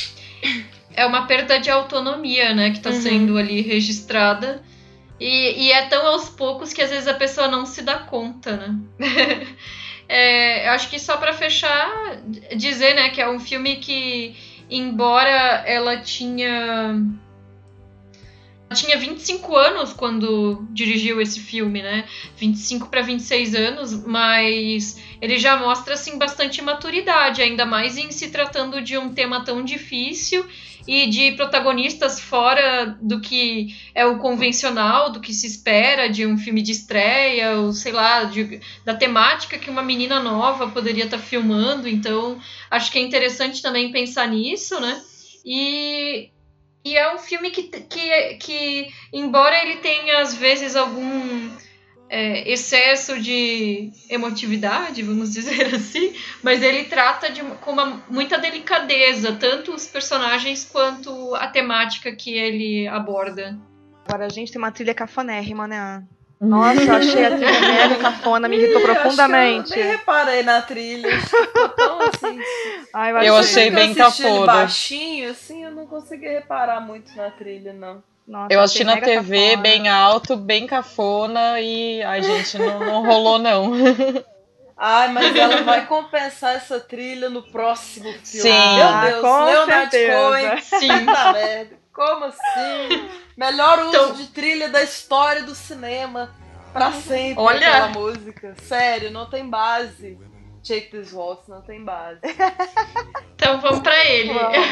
É uma perda de autonomia, né? Que está uhum. sendo ali registrada. E, e é tão aos poucos que às vezes a pessoa não se dá conta, né? é, acho que só para fechar, dizer, né, que é um filme que, embora ela tinha... tinha vinte e cinco anos quando dirigiu esse filme, né? vinte e cinco para vinte e seis anos, mas ele já mostra assim bastante maturidade, ainda mais em se tratando de um tema tão difícil e de protagonistas fora do que é o convencional, do que se espera de um filme de estreia, ou sei lá, de, da temática que uma menina nova poderia estar filmando. Então, acho que é interessante também pensar nisso, né? E... E é um filme que, que, que, embora ele tenha, às vezes, algum é, excesso de emotividade, vamos dizer assim, mas ele trata de, com uma, muita delicadeza, tanto os personagens quanto a temática que ele aborda. Agora a gente tem uma trilha cafonérrima, né? Nossa, eu achei a trilha mega cafona, me irritou profundamente. Eu nem reparei na trilha, ficou tão assim... Ai, eu, eu achei bem cafona. Baixinho, assim, eu não consegui reparar muito na trilha, não. Nossa, eu assisti na T V, cafona. bem alto, bem cafona, e ai, gente, não, não rolou, não. Ai, mas ela vai compensar essa trilha no próximo filme. Sim. Meu Deus, com Leonard certeza. Cohen. Sim. Tá merda. Como assim? Melhor uso então... de trilha da história do cinema. Pra sempre. Olha. Aquela música. Sério, não tem base. Take This Waltz não tem base. Então vamos pra ele.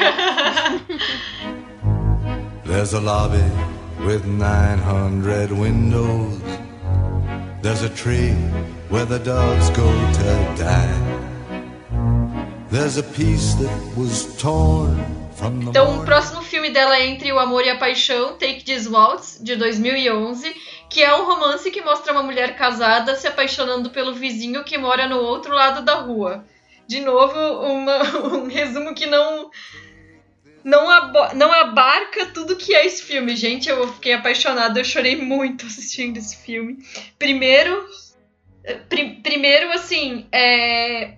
There's a lobby with nine hundred windows. There's a tree where the doves go to die. There's a piece that was torn from the Então o próximo filme dela é Entre o Amor e a Paixão, Take This Waltz, de dois mil e onze, que é um romance que mostra uma mulher casada se apaixonando pelo vizinho que mora no outro lado da rua. De novo, uma, um resumo que não... Não, abo- não abarca tudo que é esse filme. Gente, eu fiquei apaixonada, eu chorei muito assistindo esse filme. Primeiro, pr- primeiro assim, é,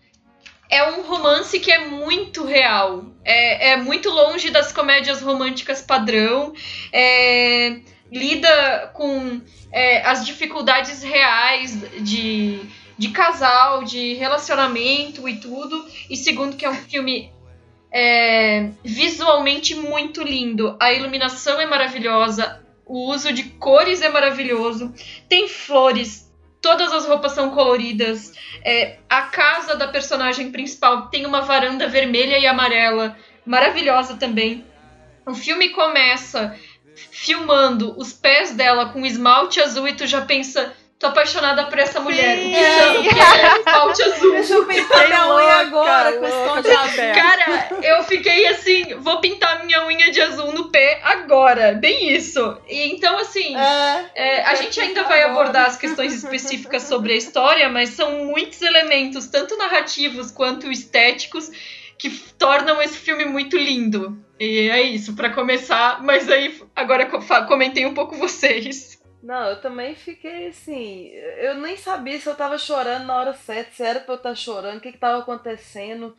é um romance que é muito real. É, é muito longe das comédias românticas padrão. É, lida com é, as dificuldades reais de, de casal, de relacionamento e tudo. E segundo, que é um filme... É, visualmente muito lindo. A iluminação é maravilhosa, o uso de cores é maravilhoso, tem flores, todas as roupas são coloridas, é, a casa da personagem principal tem uma varanda vermelha e amarela, maravilhosa também. O filme começa filmando os pés dela com esmalte azul e tu já pensa... Tô apaixonada por essa mulher. Sim, o que é, o que é esmalte azul? Deixa eu pintar minha unha agora com esse tom de azul. Cara, eu fiquei assim, vou pintar minha unha de azul no pé agora. Bem isso. E então, assim, é, é, a gente ainda vai abordar as questões específicas sobre a história, mas são muitos elementos, tanto narrativos quanto estéticos, que tornam esse filme muito lindo. E é isso, pra começar. Mas aí, agora comentei um pouco vocês. Não, eu também fiquei assim, eu nem sabia se eu tava chorando na hora certa, se era pra eu estar chorando, o que que tava acontecendo,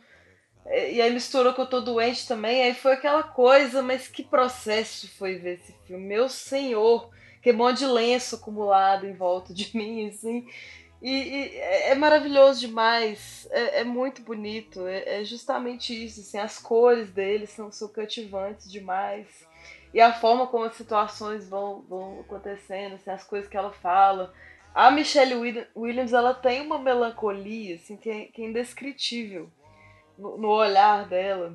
e aí misturou que eu tô doente também, aí foi aquela coisa, mas que processo foi ver esse filme, meu senhor, que monte de lenço acumulado em volta de mim, assim, e, e é maravilhoso demais, é, é muito bonito, é, é justamente isso, assim, as cores dele são, são cativantes demais. E a forma como as situações vão, vão acontecendo, assim, as coisas que ela fala. A Michelle Williams, ela tem uma melancolia assim, que, é, que é indescritível no, no olhar dela.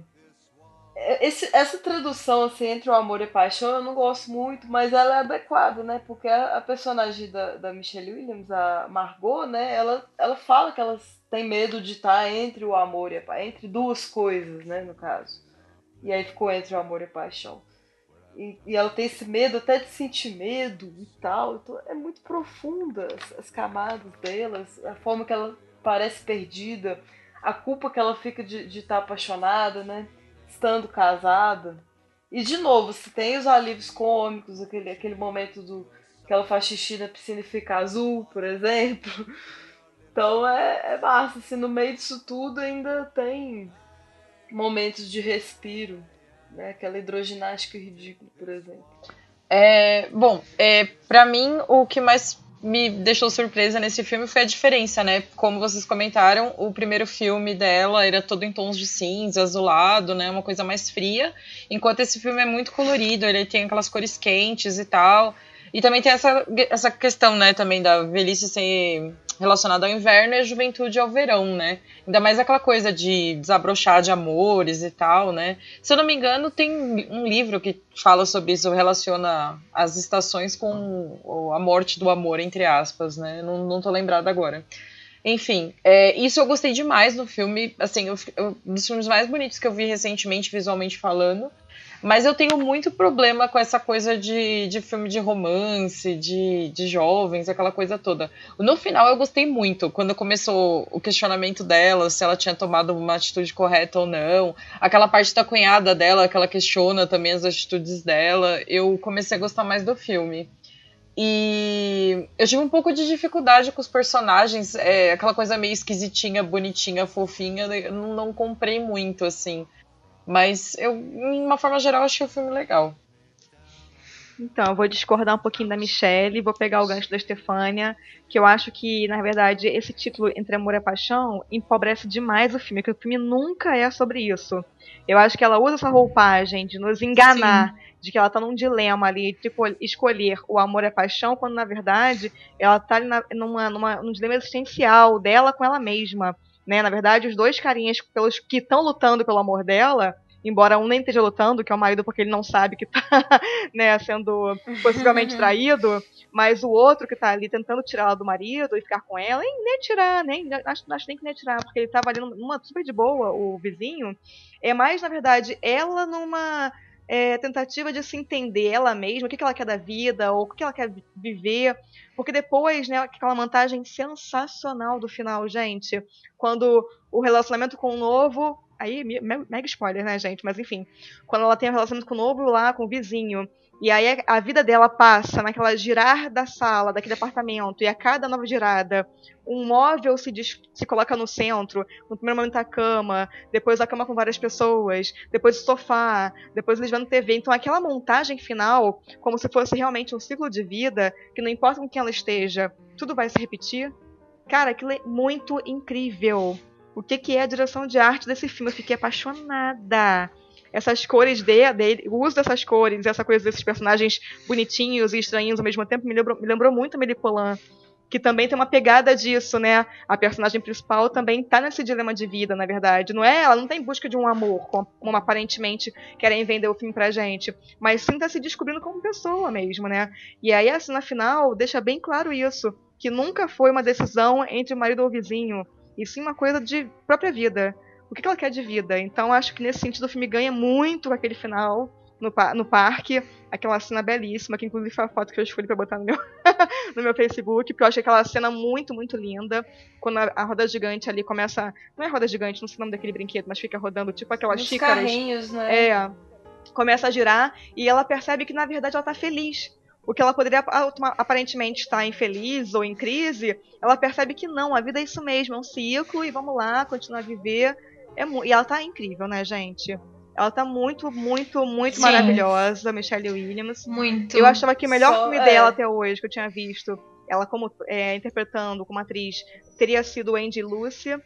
Esse, essa tradução assim, entre o amor e a paixão eu não gosto muito, mas ela é adequada, né? Porque a, a personagem da, da Michelle Williams, a Margot, né? Ela, ela fala que ela tem medo de estar entre o amor e a paixão, entre duas coisas, né? No caso. E aí ficou entre o amor e a paixão. E, e ela tem esse medo até de sentir medo e tal. Então é muito profunda as, as camadas delas, a forma que ela parece perdida, a culpa que ela fica de de estar apaixonada, né? Estando casada. E de novo, se tem os alívios cômicos, aquele, aquele momento do que ela faz xixi na piscina e fica azul, por exemplo. Então é, é massa, assim, no meio disso tudo ainda tem momentos de respiro. Né, aquela hidroginástica ridícula, por exemplo. É, bom, é, pra mim o que mais me deixou surpresa nesse filme foi a diferença, né? Como vocês comentaram, o primeiro filme dela era todo em tons de cinza, azulado, né? Uma coisa mais fria, enquanto esse filme é muito colorido, ele tem aquelas cores quentes e tal. E também tem essa, essa questão, né, também da velhice ser relacionada ao inverno e a juventude ao verão, né? Ainda mais aquela coisa de desabrochar de amores e tal, né? Se eu não me engano, tem um livro que fala sobre isso, relaciona as estações com a morte do amor, entre aspas, né? Não, não tô lembrada agora. Enfim, é, isso eu gostei demais no filme, assim, eu, eu, um dos filmes mais bonitos que eu vi recentemente, visualmente falando. Mas eu tenho muito problema com essa coisa de, de filme de romance, de, de jovens, aquela coisa toda. No final eu gostei muito, quando começou o questionamento dela, se ela tinha tomado uma atitude correta ou não. Aquela parte da cunhada dela, que ela questiona também as atitudes dela. Eu comecei a gostar mais do filme. E eu tive um pouco de dificuldade com os personagens, é, aquela coisa meio esquisitinha, bonitinha, fofinha, eu não, não comprei muito, assim. Mas eu, de uma forma geral, achei o filme legal. Então, eu vou discordar um pouquinho da Michelle, vou pegar o gancho da Estefânia, que eu acho que, na verdade, esse título Entre Amor e Paixão empobrece demais o filme, porque o filme nunca é sobre isso. Eu acho que ela usa essa roupagem de nos enganar, Sim. de que ela tá num dilema ali, de escolher o amor e a paixão, quando, na verdade, ela tá ali na, numa, numa, num dilema existencial dela com ela mesma. Né? Na verdade, os dois carinhas pelos que estão lutando pelo amor dela, embora um nem esteja lutando, que é o marido porque ele não sabe que está né, sendo possivelmente traído, mas o outro que está ali tentando tirar ela do marido e ficar com ela, nem, nem tirar, nem, acho, acho nem que nem tirar, porque ele estava ali numa super de boa, o vizinho, é mais, na verdade, ela numa é, tentativa de se entender ela mesma, o que, que ela quer da vida, ou o que ela quer viver. Porque depois, né, aquela montagem sensacional do final, gente, quando o relacionamento com o novo, aí, mega spoiler, né, gente, mas enfim, quando ela tem um relacionamento com o novo lá, com o vizinho, e aí a vida dela passa naquela girar da sala, daquele apartamento, e a cada nova girada, um móvel se, des- se coloca no centro, no primeiro momento a cama, depois a cama com várias pessoas, depois o sofá, depois eles vendo T V. Então aquela montagem final, como se fosse realmente um ciclo de vida, que não importa com quem ela esteja, tudo vai se repetir. Cara, aquilo é muito incrível. O que, que é a direção de arte desse filme? Eu fiquei apaixonada. Essas cores dele, o uso dessas cores, essa coisa desses personagens bonitinhos e estranhos ao mesmo tempo, me lembrou, me lembrou muito a Amélie Poulain, que também tem uma pegada disso, né? A personagem principal também tá nesse dilema de vida, na verdade. Não é? Ela não tá em busca de um amor, como aparentemente querem vender o filme pra gente, mas sim tá se descobrindo como pessoa mesmo, né? E aí a cena final deixa bem claro isso, que nunca foi uma decisão entre o marido ou o vizinho, e sim uma coisa de própria vida. O que ela quer de vida? Então acho que nesse sentido o filme ganha muito com aquele final no, no parque, aquela cena belíssima, que inclusive foi a foto que eu escolhi pra botar no meu, no meu Facebook, porque eu achei aquela cena muito, muito linda, quando a, a roda gigante ali começa, não é roda gigante, não sei o nome daquele brinquedo, mas fica rodando tipo aquelas Uns xícaras. Carrinhos, né? É, começa a girar e ela percebe que na verdade ela tá feliz. O que ela poderia aparentemente estar infeliz ou em crise, ela percebe que não, a vida é isso mesmo, é um ciclo e vamos lá, continuar a viver. É, e ela tá incrível, né, gente? Ela tá muito, muito, muito Sim. maravilhosa, Michelle Williams. Muito. Eu achava que o melhor Só, filme é. dela até hoje, que eu tinha visto, ela como é, interpretando como atriz, teria sido Andy Lucy,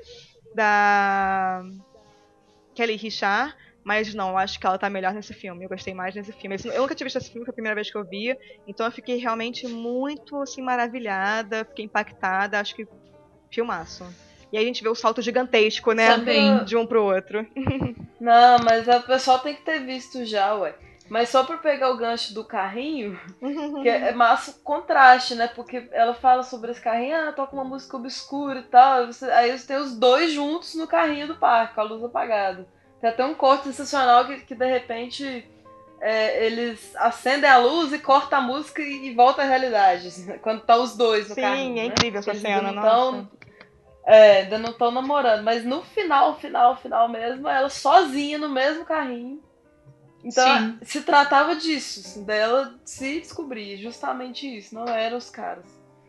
da Kelly Richard. Mas não, eu acho que ela tá melhor nesse filme. Eu gostei mais nesse filme. Eu nunca tinha visto esse filme, foi a primeira vez que eu vi. Então eu fiquei realmente muito, assim, maravilhada. Fiquei impactada. Acho que filmaço. E aí a gente vê o salto gigantesco, né? Também. De um pro outro. Não, mas o pessoal tem que ter visto já, ué. Mas só pra pegar o gancho do carrinho, que é massa o contraste, né? Porque ela fala sobre esse carrinho, ah, toca uma música obscura e tal. Aí você tem os dois juntos no carrinho do parque, com a luz apagada. Tem até um corte sensacional que, que de repente, é, eles acendem a luz e cortam a música e, e volta à realidade. Assim, quando tá os dois no Sim, carrinho. Sim, é incrível né? essa Eles cena, não nossa. Tão, é, ainda não estão namorando. Mas no final, final, final mesmo, ela sozinha no mesmo carrinho. Então, Sim. se tratava disso, assim, dela se descobrir. Justamente isso, não eram os caras.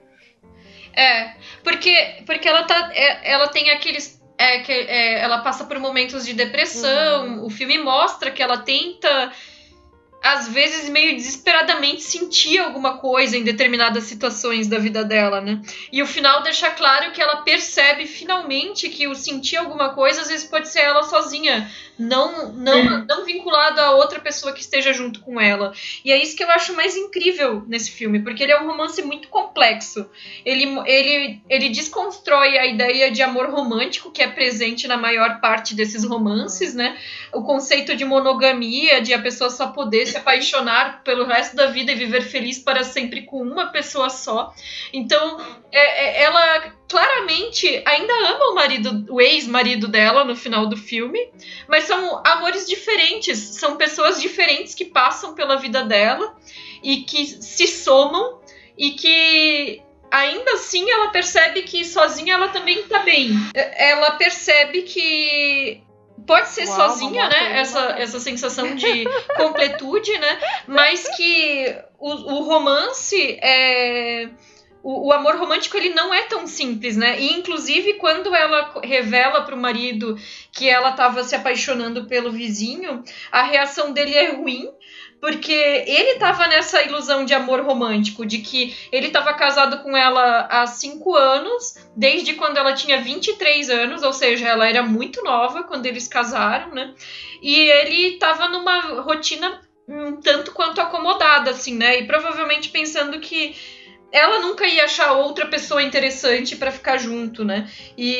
É, porque, porque ela, tá, é, ela tem aqueles... É, que, é, ela passa por momentos de depressão, uhum. O filme mostra que ela tenta às vezes, meio desesperadamente sentia alguma coisa em determinadas situações da vida dela, né? E o final deixa claro que ela percebe finalmente que o sentir alguma coisa, às vezes pode ser ela sozinha, não, não, não vinculado a outra pessoa que esteja junto com ela. E é isso que eu acho mais incrível nesse filme, porque ele é um romance muito complexo. Ele, ele, ele desconstrói a ideia de amor romântico, que é presente na maior parte desses romances, né? O conceito de monogamia, de a pessoa só poder se apaixonar pelo resto da vida e viver feliz para sempre com uma pessoa só. Então, é, é, ela claramente ainda ama o marido, o ex-marido dela no final do filme, mas são amores diferentes, são pessoas diferentes que passam pela vida dela e que se somam e que ainda assim ela percebe que sozinha ela também tá bem. Ela percebe que pode ser Uau, sozinha, né? Essa, essa sensação de completude, né? Mas que o, o romance é... O, o amor romântico, ele não é tão simples, né? E, inclusive, quando ela revela pro marido que ela estava se apaixonando pelo vizinho, a reação dele é ruim, porque ele estava nessa ilusão de amor romântico, de que ele estava casado com ela há cinco anos, desde quando ela tinha vinte e três anos, ou seja, ela era muito nova quando eles casaram, né? E ele estava numa rotina um tanto quanto acomodada, assim, né? E provavelmente pensando que ela nunca ia achar outra pessoa interessante pra ficar junto, né?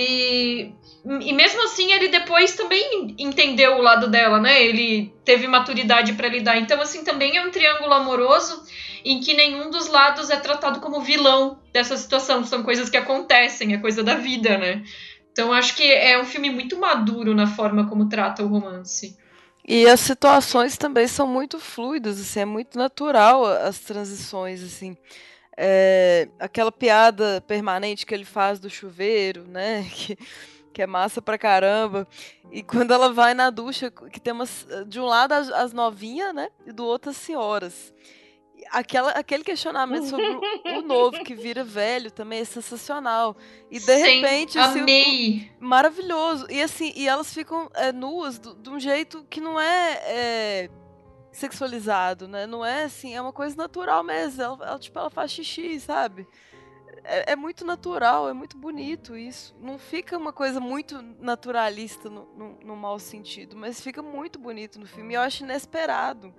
E, e mesmo assim, ele depois também entendeu o lado dela, né? Ele teve maturidade pra lidar. Então, assim, também é um triângulo amoroso em que nenhum dos lados é tratado como vilão dessa situação. São coisas que acontecem, é coisa da vida, né? Então, acho que é um filme muito maduro na forma como trata o romance. E as situações também são muito fluidas, assim, é muito natural as transições, assim. É, aquela piada permanente que ele faz do chuveiro, né? Que, que é massa pra caramba. E quando ela vai na ducha, que tem umas, de um lado as, as novinhas, né? E do outro as senhoras. Aquela, aquele questionamento sobre o, o novo que vira velho também é sensacional. E de Sim, repente, assim, amei. O, maravilhoso. E assim, e elas ficam é, nuas do, de um jeito que não é... é sexualizado, né? Não é assim, é uma coisa natural mesmo. Ela, ela tipo, ela faz xixi, sabe? É, é muito natural, é muito bonito isso. Não fica uma coisa muito naturalista no, no, no mau sentido, mas fica muito bonito no filme. E eu acho inesperado.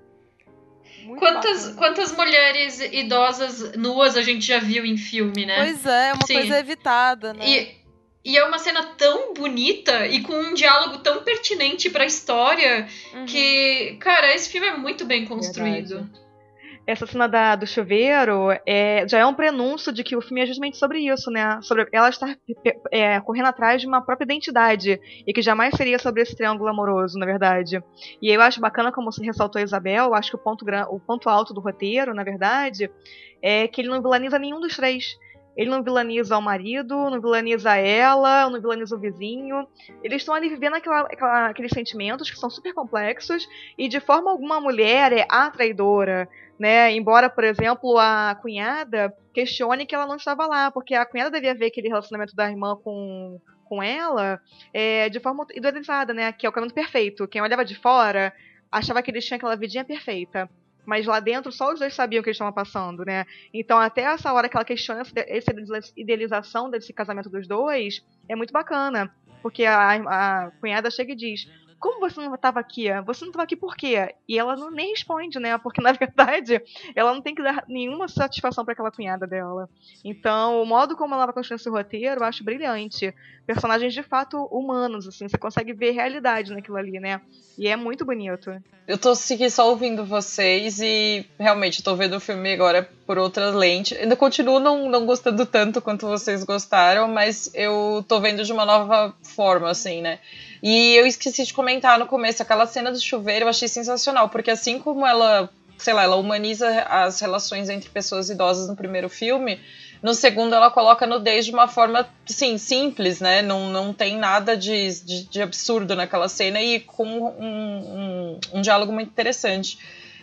Muito quantas, quantas mulheres idosas nuas a gente já viu em filme, né? Pois é, é uma Sim. coisa evitada, né? E... E é uma cena tão bonita e com um diálogo tão pertinente pra história uhum. que, cara, esse filme é muito bem construído. Verdade. Essa cena da, do chuveiro é, já é um prenúncio de que o filme é justamente sobre isso, né? Sobre ela estar é, correndo atrás de uma própria identidade e que jamais seria sobre esse triângulo amoroso, na verdade. E eu acho bacana como você ressaltou a Isabel, eu acho que o ponto, o ponto alto do roteiro, na verdade, é que ele não vilaniza nenhum dos três. Ele não vilaniza o marido, não vilaniza ela, não vilaniza o vizinho. Eles estão ali vivendo aquela, aquela, aqueles sentimentos que são super complexos e de forma alguma a mulher é a traidora, né? Embora, por exemplo, a cunhada questione que ela não estava lá, porque a cunhada devia ver aquele relacionamento da irmã com, com ela é, de forma idealizada, né? Que é o casamento perfeito. Quem olhava de fora achava que eles tinham aquela vidinha perfeita. Mas lá dentro só os dois sabiam o que eles estavam passando, né? Então até essa hora que ela questiona essa idealização desse casamento dos dois é muito bacana. Porque a, a cunhada chega e diz: como você não estava aqui? Você não estava aqui por quê? E ela não nem responde, né? Porque, na verdade, ela não tem que dar nenhuma satisfação para aquela cunhada dela. Então, o modo como ela vai construir esse roteiro, eu acho brilhante. Personagens, de fato, humanos, assim. Você consegue ver realidade naquilo ali, né? E é muito bonito. Eu tô aqui só ouvindo vocês e, realmente, tô vendo o filme agora por outras lentes. Ainda continuo não, não gostando tanto quanto vocês gostaram, mas eu tô vendo de uma nova forma, assim, né? E eu esqueci de comentar no começo, aquela cena do chuveiro eu achei sensacional, porque assim como ela, sei lá, ela humaniza as relações entre pessoas idosas no primeiro filme, no segundo ela coloca a nudez de uma forma, sim, simples, né? Não, não tem nada de, de, de absurdo naquela cena e com um, um, um diálogo muito interessante.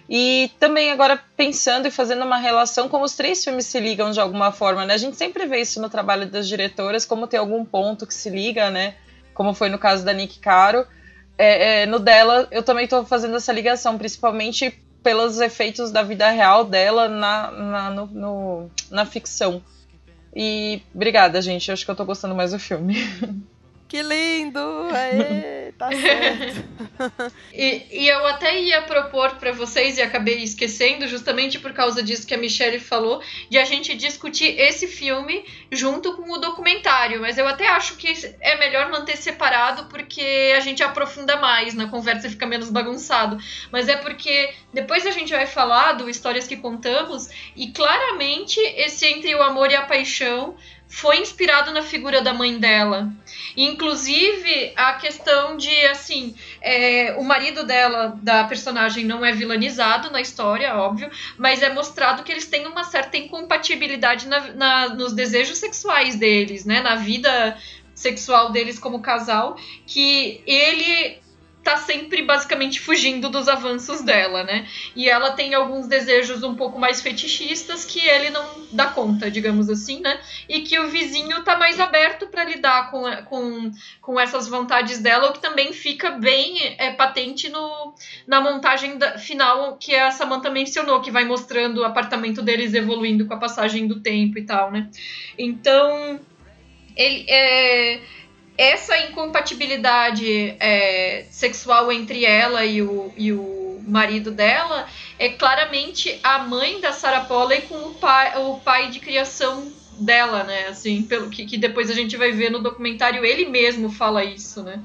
E também agora pensando e fazendo uma relação como os três filmes se ligam de alguma forma, né? A gente sempre vê isso no trabalho das diretoras, como tem algum ponto que se liga, né? Como foi no caso da Nick Caro. É, é, no dela, eu também estou fazendo essa ligação, principalmente pelos efeitos da vida real dela na, na, no, no, na ficção. E obrigada, gente. Eu acho que eu tô gostando mais do filme. Que lindo! Aê, tá certo. e, e eu até ia propor para vocês, e acabei esquecendo, justamente por causa disso que a Michelle falou, de a gente discutir esse filme junto com o documentário. Mas eu até acho que é melhor manter separado, porque a gente aprofunda mais na conversa e fica menos bagunçado. Mas é porque depois a gente vai falar do Histórias que Contamos, e claramente esse Entre o Amor e a Paixão foi inspirado na figura da mãe dela. Inclusive, a questão de, assim, é, o marido dela, da personagem, não é vilanizado na história, óbvio, mas é mostrado que eles têm uma certa incompatibilidade na, na, nos desejos sexuais deles, né, na vida sexual deles como casal, que ele tá sempre basicamente fugindo dos avanços dela, né? E ela tem alguns desejos um pouco mais fetichistas que ele não dá conta, digamos assim, né? E que o vizinho tá mais aberto para lidar com, com, com essas vontades dela, o que também fica bem é, patente no, na montagem da, final que a Samantha mencionou, que vai mostrando o apartamento deles evoluindo com a passagem do tempo e tal, né? Então, ele é... essa incompatibilidade é, sexual entre ela e o, e o marido dela é claramente a mãe da Sarah Polley com o pai, o pai de criação dela, né? Assim, pelo que, que depois a gente vai ver no documentário, ele mesmo fala isso, né?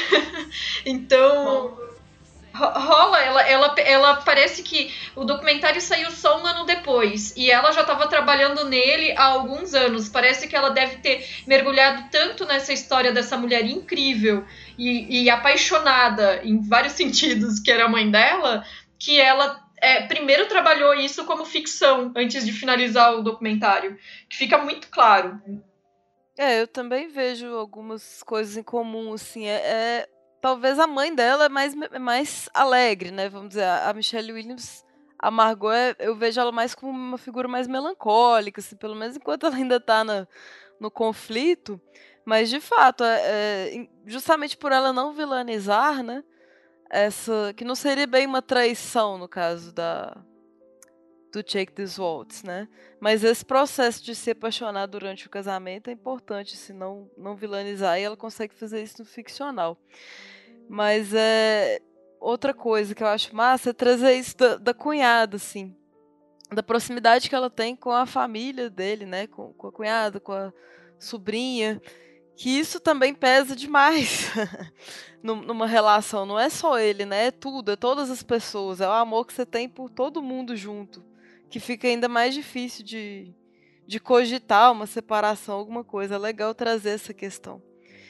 Então... Bom. Rola, ela, ela, ela parece que o documentário saiu só um ano depois e ela já estava trabalhando nele há alguns anos. Parece que ela deve ter mergulhado tanto nessa história dessa mulher incrível e, e apaixonada em vários sentidos, que era a mãe dela, que ela é, primeiro trabalhou isso como ficção antes de finalizar o documentário, que fica muito claro. É, eu também vejo algumas coisas em comum, assim, é... é... talvez a mãe dela é mais, mais alegre, né? Vamos dizer, a Michelle Williams, a Margot, eu vejo ela mais como uma figura mais melancólica, assim, pelo menos enquanto ela ainda tá na, no conflito. Mas, de fato, é, é, justamente por ela não vilanizar, né? Essa, que não seria bem uma traição, no caso da, do Take This Waltz, né? Mas esse processo de se apaixonar durante o casamento é importante, se não, não vilanizar, e ela consegue fazer isso no ficcional. Mas é outra coisa que eu acho massa é trazer isso da, da cunhada, assim, da proximidade que ela tem com a família dele, né? Com, com a cunhada, com a sobrinha, que isso também pesa demais numa relação. Não é só ele, né? É tudo, é todas as pessoas, é o amor que você tem por todo mundo junto, que fica ainda mais difícil de, de cogitar uma separação, alguma coisa. É legal trazer essa questão.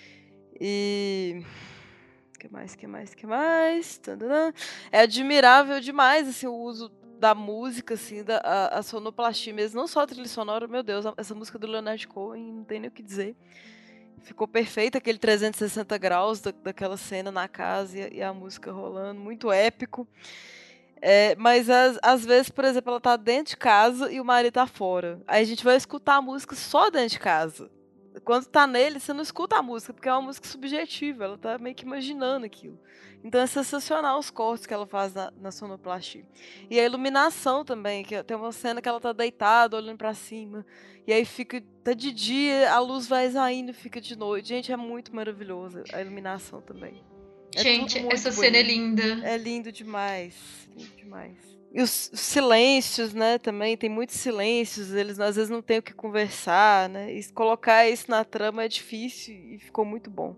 E... que mais, que mais, que mais? É admirável demais, assim, o uso da música, assim, da, a, a sonoplastia mesmo, não só a trilha sonora, meu Deus, essa música do Leonard Cohen, não tem nem o que dizer. Ficou perfeito, aquele trezentos e sessenta graus da, daquela cena na casa e, e a música rolando, muito épico. É, mas às, às vezes, por exemplo, ela tá dentro de casa e o marido tá fora. Aí a gente vai escutar a música só dentro de casa. Quando tá nele, você não escuta a música, porque é uma música subjetiva, ela tá meio que imaginando aquilo. Então é sensacional os cortes que ela faz na, na sonoplastia. E a iluminação também, que tem uma cena que ela tá deitada, olhando pra cima, e aí fica, tá de dia, a luz vai saindo e fica de noite. Gente, é muito maravilhosa a iluminação também. É Gente, essa bonito. Cena é linda. É lindo demais, lindo demais. E os silêncios, né, também, tem muitos silêncios, eles às vezes não têm o que conversar, né, e colocar isso na trama é difícil e ficou muito bom.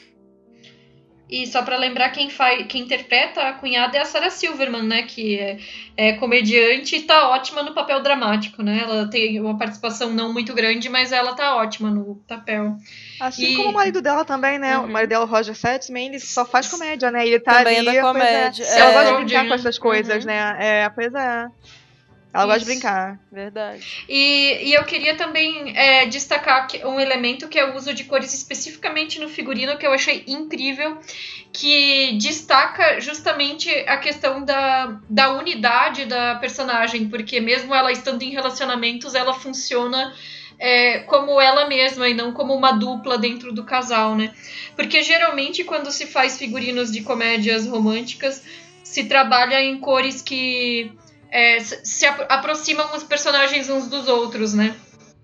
E só pra lembrar, quem, faz, quem interpreta a cunhada é a Sarah Silverman, né, que é, é comediante e tá ótima no papel dramático, né, ela tem uma participação não muito grande, mas ela tá ótima no papel. Assim e... como o marido dela também, né, uhum. O marido dela, o Roger Setzman, ele só faz comédia, né, ele tá também ali... é da comédia. É. Ela é. gosta de brincar com essas coisas, uhum. né, é, pois é. Ela gosta de brincar. Verdade. E, e eu queria também é, destacar um elemento que é o uso de cores especificamente no figurino, que eu achei incrível, que destaca justamente a questão da, da unidade da personagem, porque mesmo ela estando em relacionamentos, ela funciona é, como ela mesma e não como uma dupla dentro do casal, né? Porque geralmente quando se faz figurinos de comédias românticas, se trabalha em cores que é, se apro- aproximam os personagens uns dos outros, né?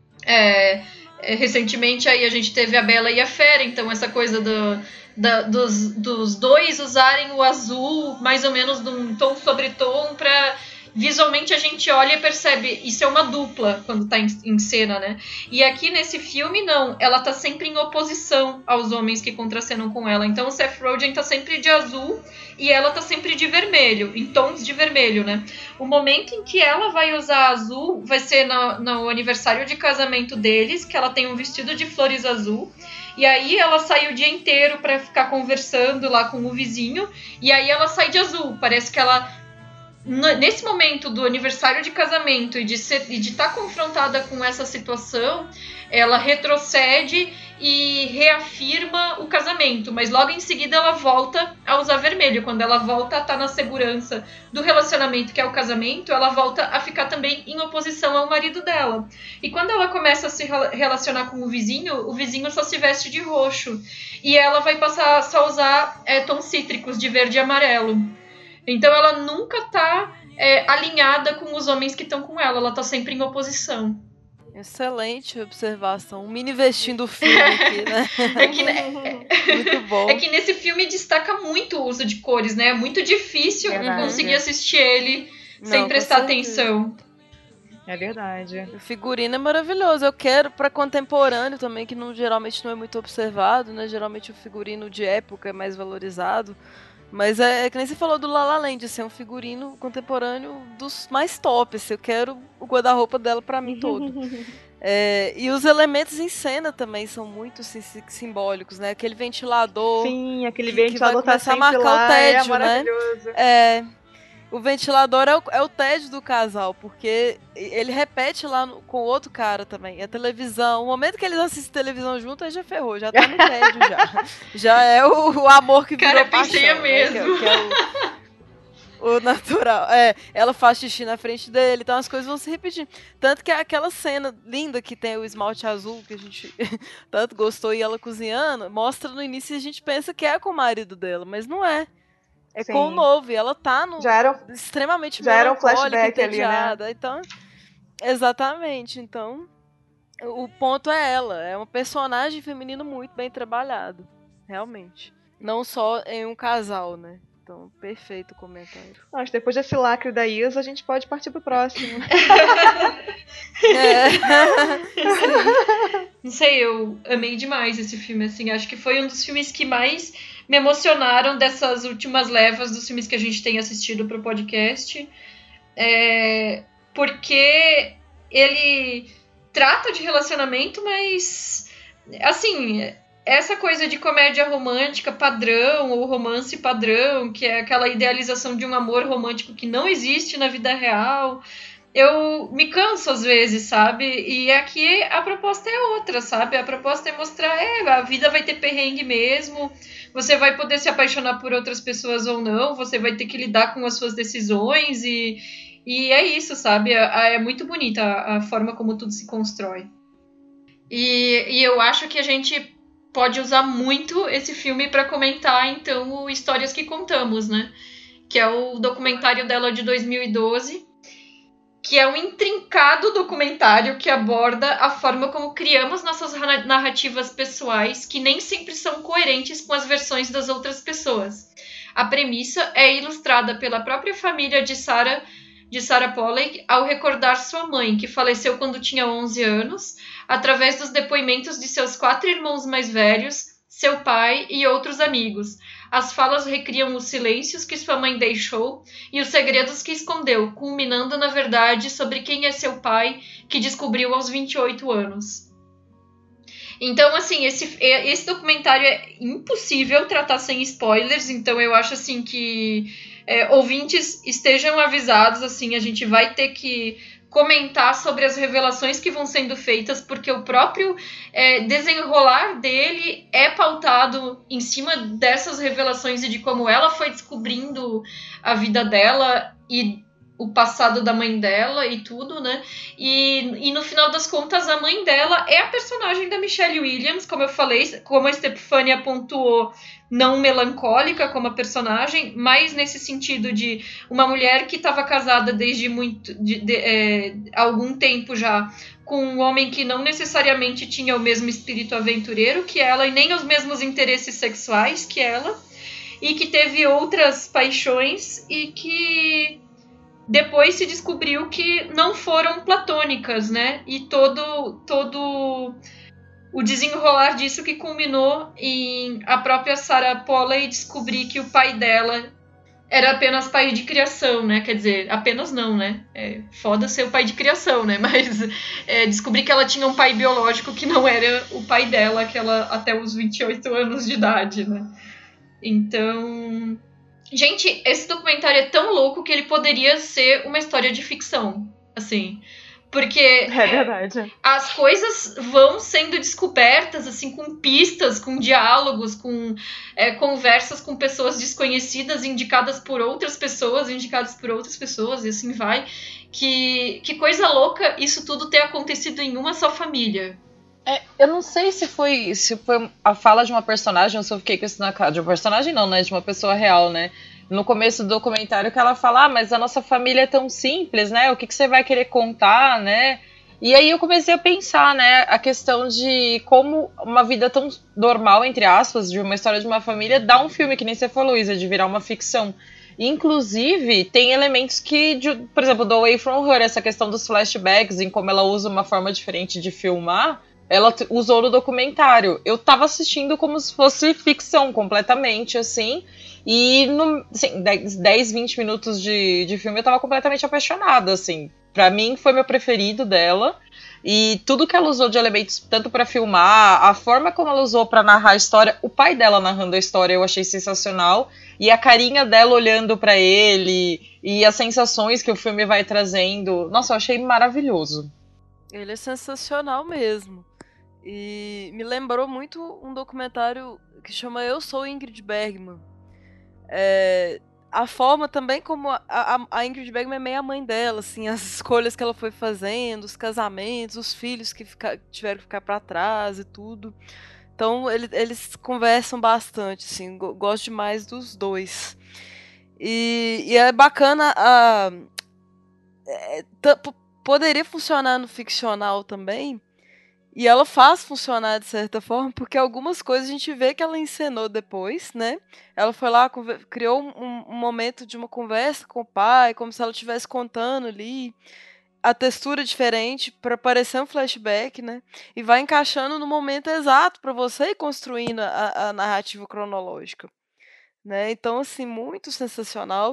É, é, recentemente aí a gente teve a Bela e a Fera, então essa coisa do, da, dos, dos dois usarem o azul mais ou menos de um tom sobre tom para visualmente a gente olha e percebe, isso é uma dupla quando tá em, em cena, né? E aqui nesse filme, não, ela tá sempre em oposição aos homens que contracenam com ela. Então o Seth Rogen tá sempre de azul e ela tá sempre de vermelho, em tons de vermelho, né? O momento em que ela vai usar azul vai ser no, no aniversário de casamento deles, que ela tem um vestido de flores azul. E aí ela sai o dia inteiro pra ficar conversando lá com o vizinho. E aí ela sai de azul, parece que ela... Nesse momento do aniversário de casamento e de estar confrontada com essa situação, ela retrocede e reafirma o casamento, mas logo em seguida ela volta a usar vermelho. Quando ela volta a estar na segurança do relacionamento, que é o casamento, ela volta a ficar também em oposição ao marido dela. E quando ela começa a se relacionar com o vizinho, o vizinho só se veste de roxo. E ela vai passar só a usar é, tons cítricos de verde e amarelo. Então ela nunca tá é, alinhada com os homens que estão com ela, ela tá sempre em oposição. Excelente observação. Um mini vestindo o filme aqui, né? É que, é, muito bom. É que nesse filme destaca muito o uso de cores, né? É muito difícil Verdade. conseguir assistir ele Não, sem com prestar certeza. atenção. É verdade. O figurino é maravilhoso. Eu quero pra contemporâneo também, que não, geralmente não é muito observado, né? Geralmente o figurino de época é mais valorizado. Mas é, é que nem você falou do La La Land, assim, é um figurino contemporâneo dos mais tops. Eu quero o guarda-roupa dela pra mim todo. É, e os elementos em cena também são muito sim, simbólicos, né? Aquele ventilador. Sim, aquele que, ventilador que vai tá começar a sempre marcar lá, o tédio, é maravilhoso. né? É, o ventilador é o, é o tédio do casal, porque ele repete lá no, com o outro cara também. A televisão, o momento que eles assistem televisão junto, aí já ferrou, já tá no tédio já. Já é o, o amor que virou Cara, paixão, pensei né? mesmo. Que, é- que é o, o natural. É, ela faz xixi na frente dele, então as coisas vão se repetindo. Tanto que aquela cena linda que tem o esmalte azul, que a gente tanto gostou, e ela cozinhando, mostra no início e a gente pensa que é com o marido dela, mas não é. É Sim. com o novo, e ela tá no, Já era, extremamente já era um melancólica, flashback ali, né? entediada. Então, exatamente. Então, o ponto é ela. É um personagem feminino muito bem trabalhado. Realmente. Não só em um casal, né? Então, perfeito o comentário. Mas depois desse lacre da Isa, a gente pode partir pro próximo. É. Não sei, eu amei demais esse filme, assim. Acho que foi um dos filmes que mais me emocionaram dessas últimas levas dos filmes que a gente tem assistido pro podcast. É, porque ele trata de relacionamento, mas assim, essa coisa de comédia romântica padrão ou romance padrão, que é aquela idealização de um amor romântico que não existe na vida real, eu me canso às vezes, sabe? E aqui a proposta é outra, sabe? A proposta é mostrar, é, a vida vai ter perrengue mesmo, você vai poder se apaixonar por outras pessoas ou não, você vai ter que lidar com as suas decisões e, e é isso, sabe? É, é muito bonita a, a forma como tudo se constrói. E, e eu acho que a gente pode usar muito esse filme para comentar, então, o Histórias que Contamos, né? Que é o documentário dela de dois mil e doze, que é um intrincado documentário que aborda a forma como criamos nossas narrativas pessoais, que nem sempre são coerentes com as versões das outras pessoas. A premissa é ilustrada pela própria família de Sarah, de Sarah Polley ao recordar sua mãe, que faleceu quando tinha onze anos, através dos depoimentos de seus quatro irmãos mais velhos, seu pai e outros amigos. As falas recriam os silêncios que sua mãe deixou e os segredos que escondeu, culminando na verdade sobre quem é seu pai, que descobriu aos vinte e oito anos. Então, assim, esse, esse documentário é impossível tratar sem spoilers, então eu acho, assim, que é, ouvintes estejam avisados, assim, a gente vai ter que comentar sobre as revelações que vão sendo feitas, porque o próprio é, desenrolar dele é pautado em cima dessas revelações e de como ela foi descobrindo a vida dela e o passado da mãe dela e tudo, né? E, e no final das contas, a mãe dela é a personagem da Michelle Williams, como eu falei, como a Stefania pontuou, não melancólica como a personagem, mas nesse sentido de uma mulher que estava casada desde muito de, de, é, algum tempo já com um homem que não necessariamente tinha o mesmo espírito aventureiro que ela e nem os mesmos interesses sexuais que ela, e que teve outras paixões e que depois se descobriu que não foram platônicas, né? E todo, todo o desenrolar disso que culminou em a própria Sarah Polley descobrir que o pai dela era apenas pai de criação, né? Quer dizer, apenas não, né? É foda ser o pai de criação, né? Mas é, descobri que ela tinha um pai biológico que não era o pai dela, que ela até os vinte e oito anos de idade, né? Então, gente, esse documentário é tão louco que ele poderia ser uma história de ficção, assim, porque é verdade. As coisas vão sendo descobertas, assim, com pistas, com diálogos, com é, conversas com pessoas desconhecidas, indicadas por outras pessoas, indicadas por outras pessoas, e assim vai. Que, que coisa louca isso tudo ter acontecido em uma só família. É, eu não sei se foi, se foi a fala de uma personagem ou se eu fiquei com isso na cara. De uma personagem não, né? De uma pessoa real, né? No começo do documentário que ela fala, ah, mas a nossa família é tão simples, né? O que, que você vai querer contar, né? E aí eu comecei a pensar, né? A questão de como uma vida tão normal, entre aspas, de uma história de uma família, dá um filme, que nem você falou, Isa, de virar uma ficção. Inclusive, tem elementos que, de, por exemplo, do Away From Her, essa questão dos flashbacks, em como ela usa uma forma diferente de filmar, ela usou no documentário. Eu tava assistindo como se fosse ficção, completamente, assim. E, no, assim, dez, vinte minutos de, de filme eu tava completamente apaixonada, assim. Pra mim, foi meu preferido dela. E tudo que ela usou de elementos, tanto pra filmar, a forma como ela usou pra narrar a história, o pai dela narrando a história eu achei sensacional. E a carinha dela olhando pra ele, e as sensações que o filme vai trazendo. Nossa, eu achei maravilhoso. Ele é sensacional mesmo. E me lembrou muito um documentário que chama Eu Sou Ingrid Bergman. É, a forma também como a, a, a Ingrid Bergman é meio a mãe dela, assim, as escolhas que ela foi fazendo, os casamentos, os filhos que fica, tiveram que ficar para trás e tudo. Então ele, eles conversam bastante, assim, gosto demais dos dois. E, e é bacana, a, é, t- poderia funcionar no ficcional também. E ela faz funcionar de certa forma, porque algumas coisas a gente vê que ela encenou depois, né? Ela foi lá, criou um, um momento de uma conversa com o pai, como se ela estivesse contando ali a textura diferente para parecer um flashback, né? E vai encaixando no momento exato para você ir construindo a, a narrativa cronológica, né? Então, assim, muito sensacional.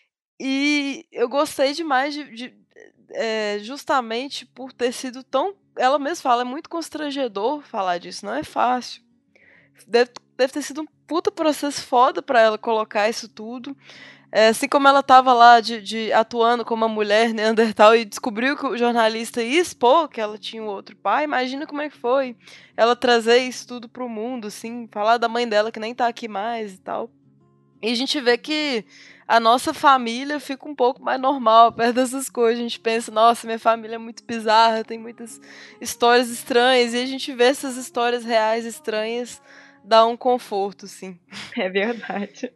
E eu gostei demais de, de é, justamente por ter sido tão... Ela mesma fala, é muito constrangedor falar disso, não é fácil. Deve, deve ter sido um puta processo foda pra ela colocar isso tudo. É, assim como ela tava lá de, de, atuando como uma mulher neandertal e descobriu que o jornalista ia expor que ela tinha um outro pai, imagina como é que foi ela trazer isso tudo pro mundo, assim, falar da mãe dela que nem tá aqui mais e tal. E a gente vê que a nossa família fica um pouco mais normal perto dessas coisas. A gente pensa, nossa, minha família é muito bizarra, tem muitas histórias estranhas. E a gente vê essas histórias reais estranhas, dá um conforto, sim. É verdade.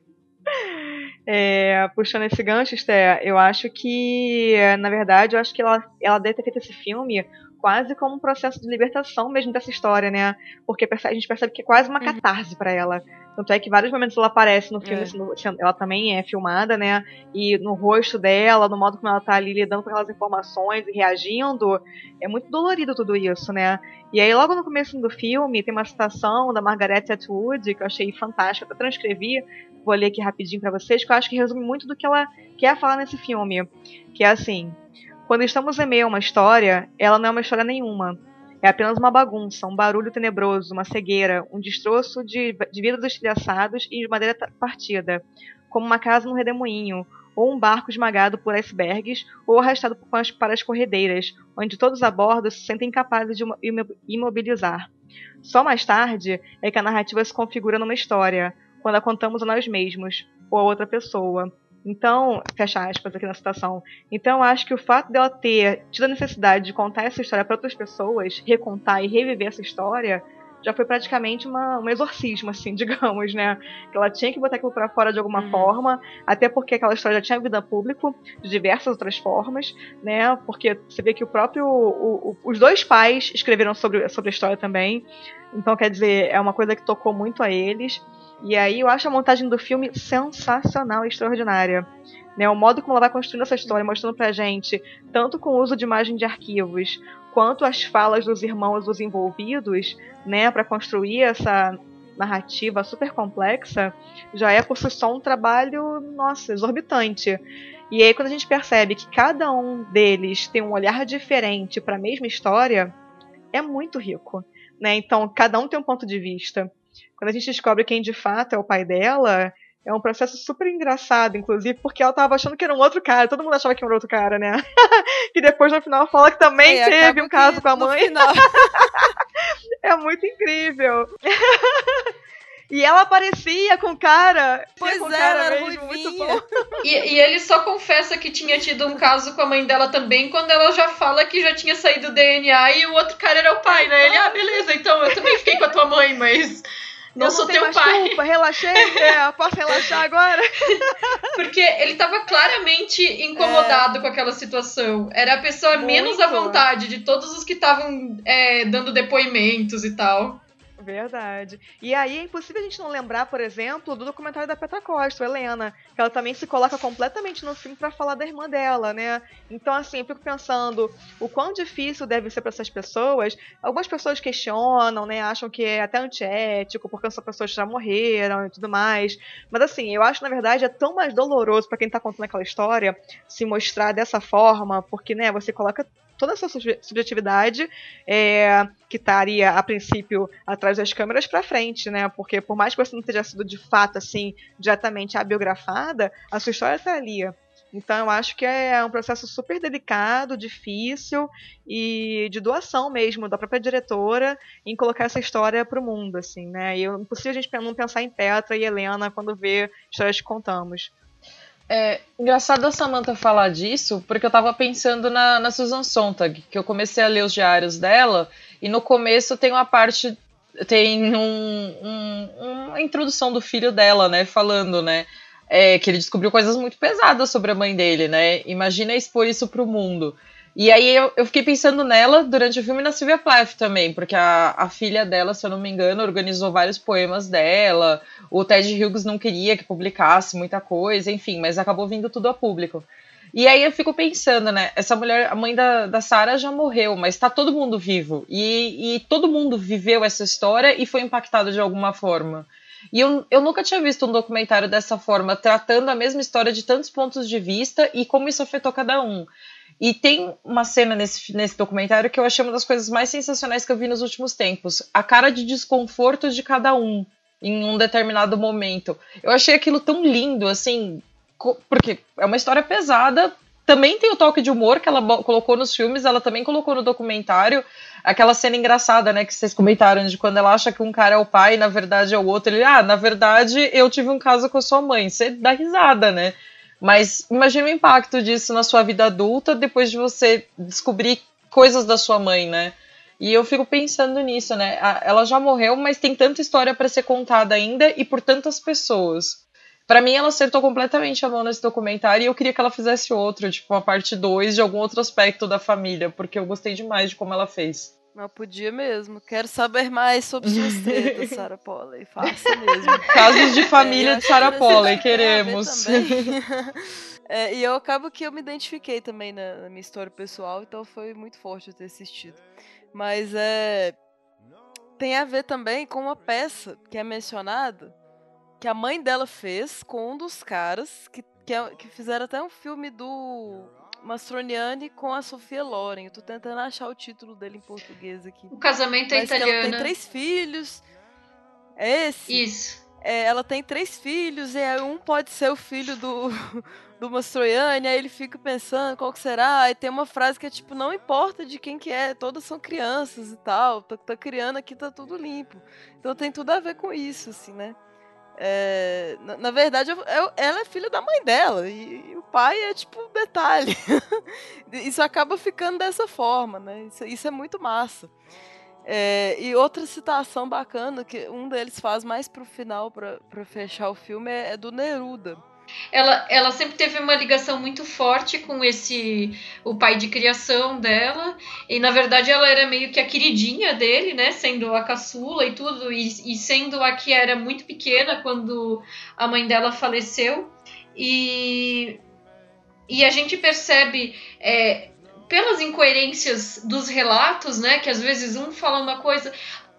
É, puxando esse gancho, Esté, eu acho que, na verdade, eu acho que ela, ela deve ter feito esse filme quase como um processo de libertação mesmo dessa história, né? Porque a gente percebe que é quase uma catarse pra ela. Tanto é que em vários momentos ela aparece no filme, é. Ela também é filmada, né? E no rosto dela, no modo como ela tá ali lidando com aquelas informações e reagindo, é muito dolorido tudo isso, né? E aí logo no começo do filme tem uma citação da Margaret Atwood que eu achei fantástica, eu até transcrevi, vou ler aqui rapidinho pra vocês, que eu acho que resume muito do que ela quer falar nesse filme. Que é assim: quando estamos em meio a uma história, ela não é uma história nenhuma. É apenas uma bagunça, um barulho tenebroso, uma cegueira, um destroço de, de vidros estilhaçados e de madeira partida, como uma casa num redemoinho, ou um barco esmagado por icebergs, ou arrastado para as corredeiras, onde todos a bordo se sentem incapazes de imobilizar. Só mais tarde é que a narrativa se configura numa história, quando a contamos a nós mesmos, ou a outra pessoa. Então, fecha aspas aqui na citação. Então, eu acho que o fato dela ter tido a necessidade de contar essa história para outras pessoas, recontar e reviver essa história, já foi praticamente uma, um exorcismo, assim, digamos, né? Que ela tinha que botar aquilo pra fora de alguma uhum. forma, até porque aquela história já tinha vida público, de diversas outras formas, né? Porque você vê que o próprio... O, o, os dois pais escreveram sobre, sobre a história também, então, quer dizer, é uma coisa que tocou muito a eles. E aí eu acho a montagem do filme sensacional e extraordinária. Né, o modo como ela vai construindo essa história, mostrando pra gente, tanto com o uso de imagem de arquivos, quanto as falas dos irmãos dos envolvidos, né, para construir essa narrativa super complexa, já é por si só um trabalho, nossa, exorbitante. E aí quando a gente percebe que cada um deles tem um olhar diferente para a mesma história, é muito rico. Né? Então, cada um tem um ponto de vista. Quando a gente descobre quem de fato é o pai dela, é um processo super engraçado, inclusive, porque ela tava achando que era um outro cara. Todo mundo achava que era outro cara, né? E depois, no final, fala que também é, teve um caso com a mãe. É muito incrível. E ela aparecia com cara. Pois com é, cara era mesmo, muito ruivinha. bom. E, e ele só confessa que tinha tido um caso com a mãe dela também, quando ela já fala que já tinha saído o D N A e o outro cara era o pai, né? Ele, ah, beleza, então eu também fiquei com a tua mãe, mas... Não, eu sou não tenho teu mais pai. Culpa, relaxei, é, posso relaxar agora? Porque ele tava claramente incomodado é. com aquela situação. Era a pessoa Muito. menos à vontade de todos os que estavam é, dando depoimentos e tal. Verdade. E aí é impossível a gente não lembrar, por exemplo, do documentário da Petra Costa, Helena, que ela também se coloca completamente no filme para falar da irmã dela, né? Então, assim, eu fico pensando o quão difícil deve ser para essas pessoas. Algumas pessoas questionam, né? Acham que é até antiético, porque essas pessoas já morreram e tudo mais. Mas, assim, eu acho, na verdade, é tão mais doloroso para quem tá contando aquela história se mostrar dessa forma, porque, né, você coloca toda essa subjetividade é, que estaria, a princípio, atrás das câmeras pra frente, né? Porque por mais que você não tenha sido, de fato, assim, diretamente abiografada, a sua história tá ali. Então, eu acho que é um processo super delicado, difícil e de doação mesmo da própria diretora em colocar essa história pro mundo, assim, né? E é impossível a gente não pensar em Petra e Helena quando vê histórias que contamos. É engraçado a Samantha falar disso, porque eu tava pensando na, na Susan Sontag, que eu comecei a ler os diários dela, e no começo tem uma parte, tem um, um, uma introdução do filho dela, né, falando, né, é, que ele descobriu coisas muito pesadas sobre a mãe dele, né, imagina expor isso pro mundo. E aí eu, eu fiquei pensando nela durante o filme e na Sylvia Plath também, porque a, a filha dela, se eu não me engano, organizou vários poemas dela, o Ted Hughes não queria que publicasse muita coisa, enfim, mas acabou vindo tudo a público. E aí eu fico pensando, né, essa mulher, a mãe da, da Sarah já morreu, mas tá todo mundo vivo, e, e todo mundo viveu essa história e foi impactado de alguma forma. E eu, eu nunca tinha visto um documentário dessa forma, tratando a mesma história de tantos pontos de vista e como isso afetou cada um. E tem uma cena nesse, nesse documentário que eu achei uma das coisas mais sensacionais que eu vi nos últimos tempos. A cara de desconforto de cada um em um determinado momento. Eu achei aquilo tão lindo, assim, porque é uma história pesada. Também tem o toque de humor que ela colocou nos filmes, ela também colocou no documentário. Aquela cena engraçada, né, que vocês comentaram, de quando ela acha que um cara é o pai e na verdade é o outro. Ele, ah, na verdade eu tive um caso com a sua mãe. Você dá risada, né? Mas imagina o impacto disso na sua vida adulta depois de você descobrir coisas da sua mãe, né? E eu fico pensando nisso, né? Ela já morreu, mas tem tanta história para ser contada ainda e por tantas pessoas. Para mim, ela acertou completamente a mão nesse documentário e eu queria que ela fizesse outro, tipo uma parte dois de algum outro aspecto da família, porque eu gostei demais de como ela fez. Não podia mesmo. Quero saber mais sobre suas tretas, Sarah Polley. Faça mesmo. Casos de família é, de Sarah Polley, queremos. É, e eu acabo que eu me identifiquei também na, na minha história pessoal, então foi muito forte eu ter assistido. Mas é, tem a ver também com uma peça que é mencionada, que a mãe dela fez com um dos caras, que, que, é, que fizeram até um filme do Mastroianni com a Sofia Loren. Eu tô tentando achar o título dele em português aqui. O Casamento é Italiano. Ela tem três filhos. É esse? Isso. É, ela tem três filhos, e aí um pode ser o filho do, do Mastroianni, aí ele fica pensando qual que será, aí tem uma frase que é tipo, não importa de quem que é, todas são crianças e tal, tá, tá criando aqui, tá tudo limpo. Então tem tudo a ver com isso, assim, né? É, na, na verdade, eu, eu, ela é filha da mãe dela, e, e o pai é tipo um detalhe. Isso acaba ficando dessa forma, né? Isso, isso é muito massa. É, e outra citação bacana, que um deles faz mais pro final, pra, pra fechar o filme, é, é do Neruda. Ela, ela sempre teve uma ligação muito forte com esse o pai de criação dela, e na verdade ela era meio que a queridinha dele, né, sendo a caçula e tudo, e, e sendo a que era muito pequena quando a mãe dela faleceu, e, e a gente percebe é, pelas incoerências dos relatos, né, que às vezes um fala uma coisa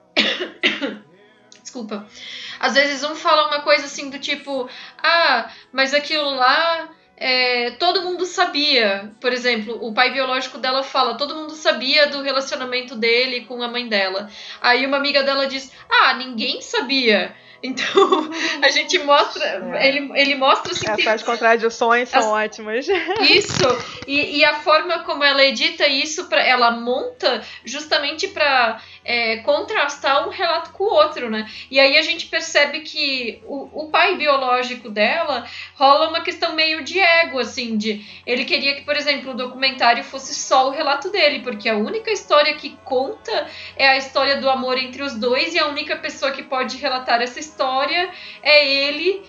desculpa, às vezes um fala uma coisa assim do tipo, ah, mas aquilo lá é, todo mundo sabia. Por exemplo, o pai biológico dela fala, todo mundo sabia do relacionamento dele com a mãe dela. Aí uma amiga dela diz, ah, ninguém sabia. Então, a gente mostra, é. ele, ele mostra assim, essas contradições são as, ótimas. Isso, e, e a forma como ela edita isso, pra, ela monta justamente para é, contrastar um relato com o outro, né? E aí a gente percebe que o, o pai biológico dela rola uma questão meio de ego, assim, de ele queria que, por exemplo, o documentário fosse só o relato dele, porque a única história que conta é a história do amor entre os dois, e a única pessoa que pode relatar essa história história é ele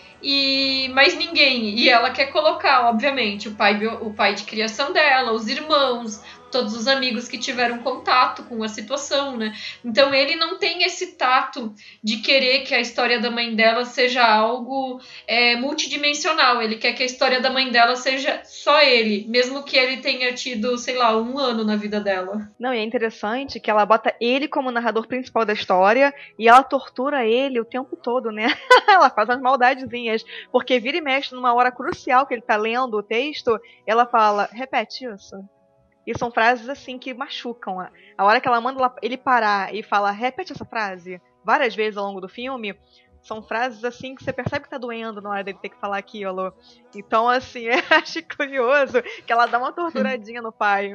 e mais ninguém. E ela quer colocar, obviamente, o pai, o pai de criação dela, os irmãos, todos os amigos que tiveram contato com a situação, né? Então ele não tem esse tato de querer que a história da mãe dela seja algo é, multidimensional. Ele quer que a história da mãe dela seja só ele, mesmo que ele tenha tido, sei lá, um ano na vida dela. Não, e é interessante que ela bota ele como narrador principal da história e ela tortura ele o tempo todo, né? Ela faz umas maldadezinhas, porque vira e mexe numa hora crucial que ele tá lendo o texto, ela fala, repete isso. E são frases assim que machucam. A hora que ela manda ele parar e fala, repete essa frase várias vezes ao longo do filme, são frases assim que você percebe que tá doendo na hora dele ter que falar aquilo. Então, assim, eu acho curioso que ela dá uma torturadinha no pai.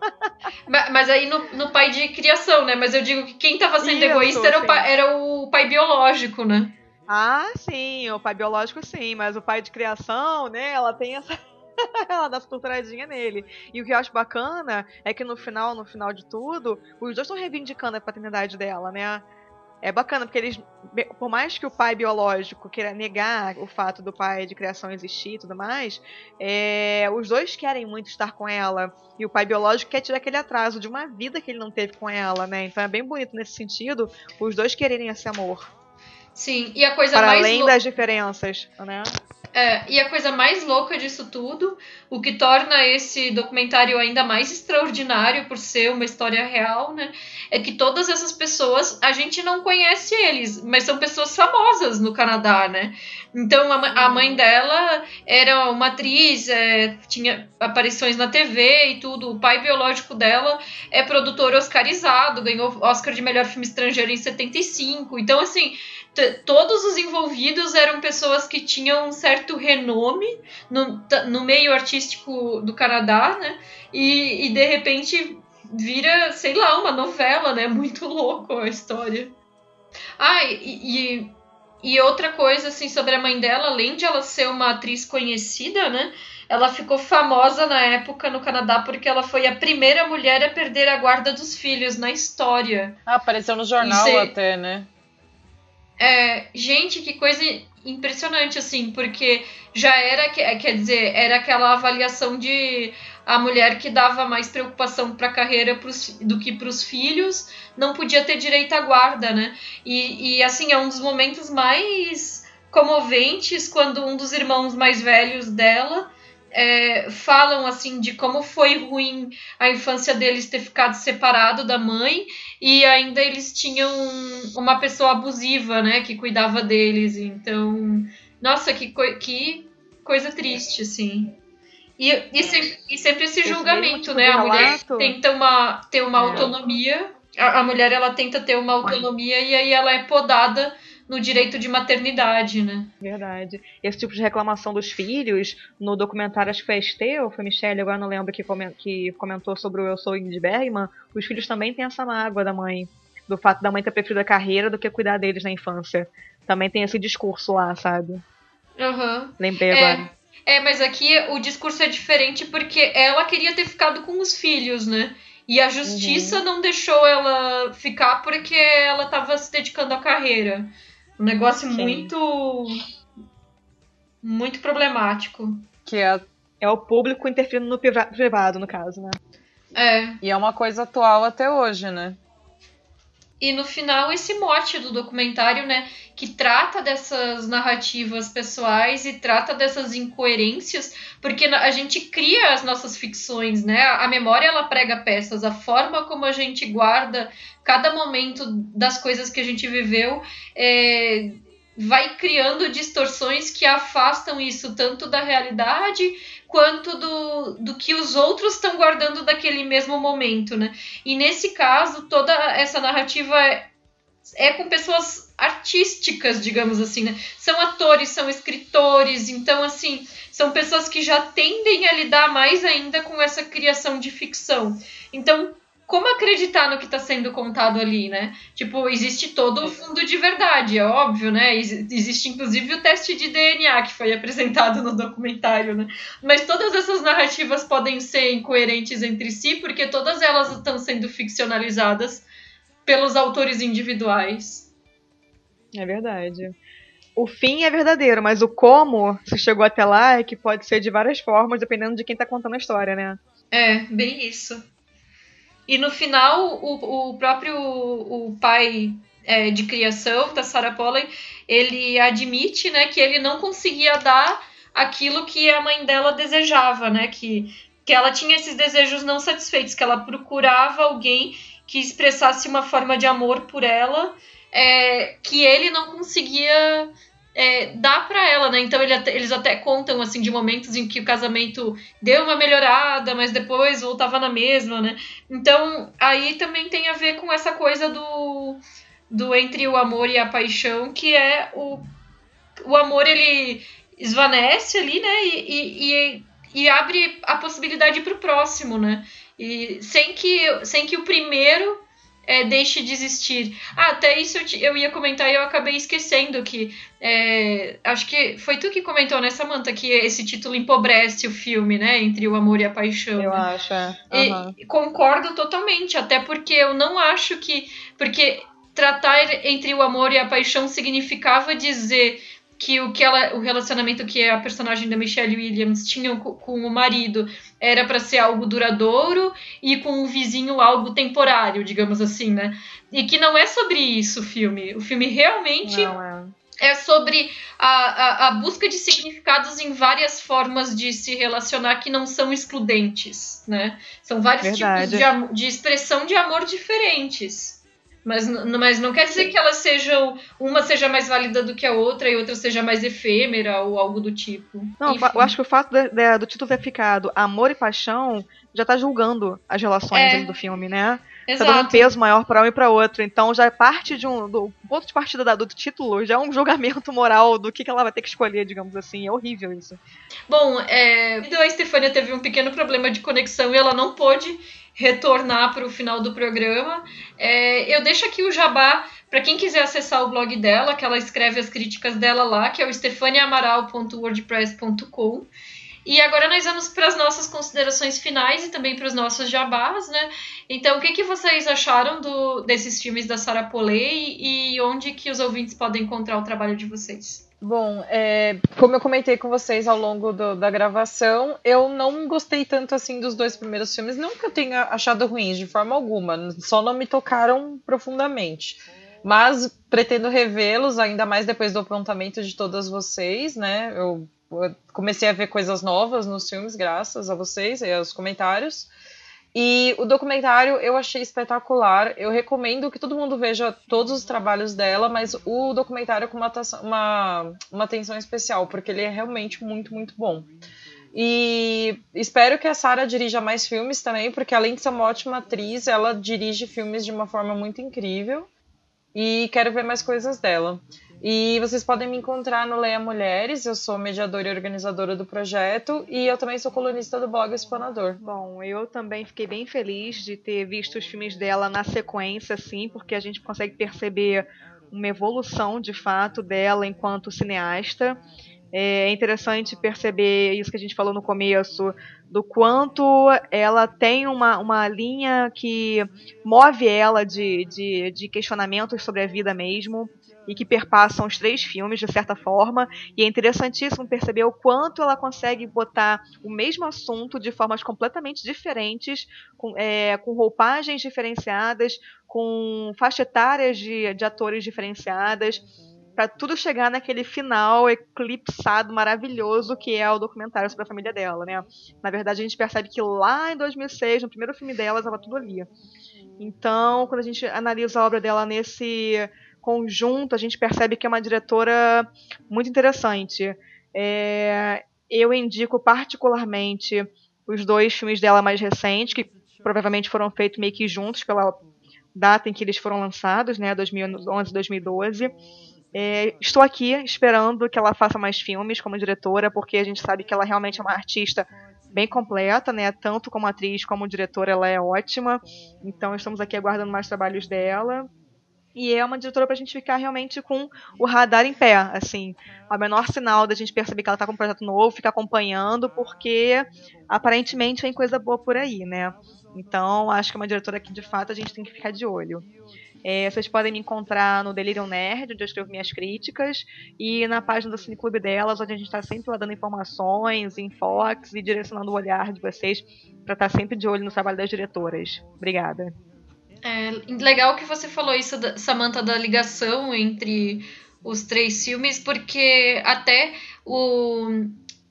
Mas, mas aí no, no pai de criação, né? Mas eu digo que quem tava sendo Isso, egoísta era o, pai, era o pai biológico, né? Ah, sim, o pai biológico sim, mas o pai de criação, né, ela tem essa... ela dá essa torturadinha nele. E o que eu acho bacana é que no final, no final de tudo, os dois estão reivindicando a paternidade dela, né? É bacana, porque eles, por mais que o pai biológico queira negar o fato do pai de criação existir e tudo mais, é, os dois querem muito estar com ela. E o pai biológico quer tirar aquele atraso de uma vida que ele não teve com ela, né? Então é bem bonito nesse sentido, os dois quererem esse amor. Sim, e a coisa Para mais além lou... das diferenças, né? É, e a coisa mais louca disso tudo, o que torna esse documentário ainda mais extraordinário por ser uma história real, né? É que todas essas pessoas, a gente não conhece eles, mas são pessoas famosas no Canadá, né? Então a, a mãe dela era uma atriz, é, tinha aparições na T V e tudo. O pai biológico dela é produtor oscarizado, ganhou Oscar de melhor filme estrangeiro em setenta e cinco. Então, assim, t- todos os envolvidos eram pessoas que tinham um certo renome no, no meio artístico do Canadá, né? E, e de repente vira, sei lá, uma novela, né? Muito louco a história. Ah, e... e E outra coisa, assim, sobre a mãe dela, além de ela ser uma atriz conhecida, né? Ela ficou famosa na época no Canadá porque ela foi a primeira mulher a perder a guarda dos filhos na história. Ah, apareceu no jornal Isso, até, né? É, gente, que coisa impressionante, assim, porque já era, quer dizer, era aquela avaliação de a mulher que dava mais preocupação para a carreira pros, do que para os filhos, não podia ter direito à guarda, né? E, e, assim, é um dos momentos mais comoventes quando um dos irmãos mais velhos dela é, falam, assim, de como foi ruim a infância deles ter ficado separado da mãe e ainda eles tinham uma pessoa abusiva, né, que cuidava deles. Então, nossa, que, co- que coisa triste, assim. E, e, sempre, e sempre esse julgamento, né? A mulher tenta uma, ter uma é. autonomia, a, a mulher ela tenta ter uma autonomia e aí ela é podada no direito de maternidade, né? Verdade. Esse tipo de reclamação dos filhos, no documentário, acho que foi a Estê ou foi a Michelle, agora não lembro, que, coment, que comentou sobre o Eu Sou Ingrid Bergman, os filhos também têm essa mágoa da mãe, do fato da mãe ter preferido a carreira do que cuidar deles na infância. Também tem esse discurso lá, sabe? Uhum. Lembrei é. agora. É, mas aqui o discurso é diferente porque ela queria ter ficado com os filhos, né? E a justiça uhum. não deixou ela ficar porque ela estava se dedicando à carreira. Um negócio Sim. muito... muito problemático. Que é, é o público interferindo no privado, no caso, né? É. E é uma coisa atual até hoje, né? E no final, esse mote do documentário, né, que trata dessas narrativas pessoais e trata dessas incoerências, porque a gente cria as nossas ficções, né? A memória, ela prega peças, a forma como a gente guarda cada momento das coisas que a gente viveu é, vai criando distorções que afastam isso tanto da realidade quanto do, do que os outros estão guardando daquele mesmo momento, né? E nesse caso, toda essa narrativa é, é com pessoas artísticas, digamos assim, né? São atores, são escritores, então, assim, são pessoas que já tendem a lidar mais ainda com essa criação de ficção. Então, como acreditar no que está sendo contado ali, né? Tipo, existe todo o fundo de verdade, é óbvio, né? Existe, inclusive, o teste de D N A que foi apresentado no documentário, né? Mas todas essas narrativas podem ser incoerentes entre si, porque todas elas estão sendo ficcionalizadas pelos autores individuais. É verdade. O fim é verdadeiro, mas o como se chegou até lá é que pode ser de várias formas, dependendo de quem está contando a história, né? É, bem isso. E no final, o, o próprio o pai é, de criação da Sarah Polley, ele admite, né, que ele não conseguia dar aquilo que a mãe dela desejava, né, que, que ela tinha esses desejos não satisfeitos, que ela procurava alguém que expressasse uma forma de amor por ela, é, que ele não conseguia... É, dá pra ela, né? Então ele, eles até contam, assim, de momentos em que o casamento deu uma melhorada, mas depois voltava na mesma, né? Então, aí também tem a ver com essa coisa do, do entre o amor e a paixão, que é o, o amor, ele esvanece ali, né? E, e, e, e abre a possibilidade pro próximo, né? E sem que, sem que o primeiro... É, deixe de existir. Ah, até isso eu, te, eu ia comentar e eu acabei esquecendo que... É, acho que foi tu que comentou, né, Samantha, que esse título empobrece o filme, né? Entre o amor e a paixão. Eu né? acho, é. Uhum. E concordo totalmente, até porque eu não acho que... Porque tratar entre o amor e a paixão significava dizer... que o, que ela, o relacionamento que a personagem da Michelle Williams tinha com, com o marido era para ser algo duradouro e com o vizinho algo temporário, digamos assim, né? E que não é sobre isso o filme. O filme realmente não, é. é sobre a, a, a busca de significados em várias formas de se relacionar que não são excludentes, né? São vários Verdade. tipos de, de expressão de amor diferentes. Mas, mas não quer dizer que elas sejam... Uma seja mais válida do que a outra e outra seja mais efêmera ou algo do tipo. Não, Enfim. Eu acho que o fato de, de, do título ter ficado Amor e Paixão já tá julgando as relações É. do filme, né? Exato. Tá dando um peso maior pra um e pra outro. Então já parte de um... Do, o ponto de partida da, do título já é um julgamento moral do que, que ela vai ter que escolher, digamos assim. É horrível isso. Bom, é, a Estefânia teve um pequeno problema de conexão e ela não pôde retornar para o final do programa. É, eu deixo aqui o jabá para quem quiser acessar o blog dela, que ela escreve as críticas dela lá, que é o estefania amaral ponto wordpress ponto com. E agora nós vamos para as nossas considerações finais e também para os nossos jabás, né? Então, o que, que vocês acharam do, desses filmes da Sarah Polley e onde que os ouvintes podem encontrar o trabalho de vocês? Bom, é, como eu comentei com vocês ao longo do, da gravação, eu não gostei tanto assim dos dois primeiros filmes, não que eu tenha achado ruins de forma alguma, só não me tocaram profundamente. Mas pretendo revê-los, ainda mais depois do apontamento de todas vocês, né? Eu comecei a ver coisas novas nos filmes, graças a vocês e aos comentários. E o documentário eu achei espetacular. Eu recomendo que todo mundo veja todos os trabalhos dela, mas o documentário com uma, uma, uma atenção especial, porque ele é realmente muito, muito bom. E espero que a Sarah dirija mais filmes também, porque além de ser uma ótima atriz, ela dirige filmes de uma forma muito incrível. E quero ver mais coisas dela. E vocês podem me encontrar no Leia Mulheres, eu sou mediadora e organizadora do projeto, e eu também sou colunista do blog Exponador. Bom, eu também fiquei bem feliz de ter visto os filmes dela na sequência, assim, porque a gente consegue perceber uma evolução, de fato, dela enquanto cineasta. É interessante perceber isso que a gente falou no começo, do quanto ela tem uma, uma linha que move ela de, de, de questionamentos sobre a vida mesmo, e que perpassam os três filmes, de certa forma, e é interessantíssimo perceber o quanto ela consegue botar o mesmo assunto de formas completamente diferentes, com, é, com roupagens diferenciadas, com faixa etárias de, de atores diferenciadas, para tudo chegar naquele final eclipsado, maravilhoso, que é o documentário sobre a família dela, né? Na verdade, a gente percebe que lá em dois mil e seis, no primeiro filme dela, estava tudo ali. Então, quando a gente analisa a obra dela nesse conjunto, a gente percebe que é uma diretora muito interessante. É, eu indico particularmente os dois filmes dela mais recentes, que provavelmente foram feitos meio que juntos pela data em que eles foram lançados, né, dois mil e onze, dois mil e doze. É, estou aqui esperando que ela faça mais filmes como diretora, porque a gente sabe que ela realmente é uma artista bem completa, né? Tanto como atriz como diretora, ela é ótima. Então estamos aqui aguardando mais trabalhos dela. E é uma diretora pra gente ficar realmente com o radar em pé, assim. O menor sinal da gente perceber que ela tá com um projeto novo, ficar acompanhando, porque aparentemente vem coisa boa por aí, né? Então acho que é uma diretora que de fato a gente tem que ficar de olho. É, vocês podem me encontrar no Delirium Nerd, onde eu escrevo minhas críticas, e na página do Cineclube delas, onde a gente está sempre lá dando informações, enfoques e direcionando o olhar de vocês para estar sempre de olho no trabalho das diretoras. Obrigada. É legal que você falou isso, Samantha, da ligação entre os três filmes, porque até o,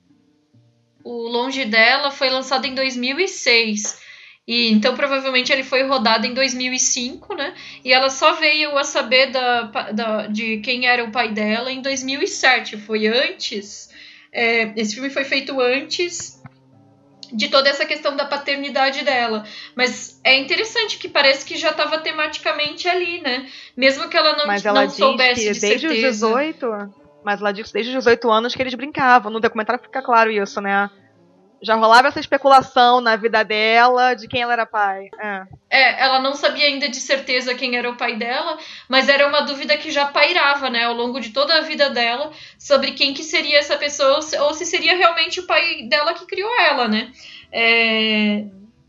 o Longe Dela foi lançado em dois mil e seis. E, então, provavelmente, ele foi rodado em dois mil e cinco, né? E ela só veio a saber da, da, de quem era o pai dela em dois mil e sete. Foi antes. É, esse filme foi feito antes de toda essa questão da paternidade dela. Mas é interessante que parece que já estava tematicamente ali, né? Mesmo que ela não, mas ela não soubesse que de desde certeza. Os dezoito, mas ela disse desde os dezoito anos que eles brincavam. No documentário fica claro isso, né? Já rolava essa especulação na vida dela de quem ela era pai. É. é, ela não sabia ainda de certeza quem era o pai dela, mas era uma dúvida que já pairava, né, ao longo de toda a vida dela, sobre quem que seria essa pessoa, ou se seria realmente o pai dela que criou ela, né. É,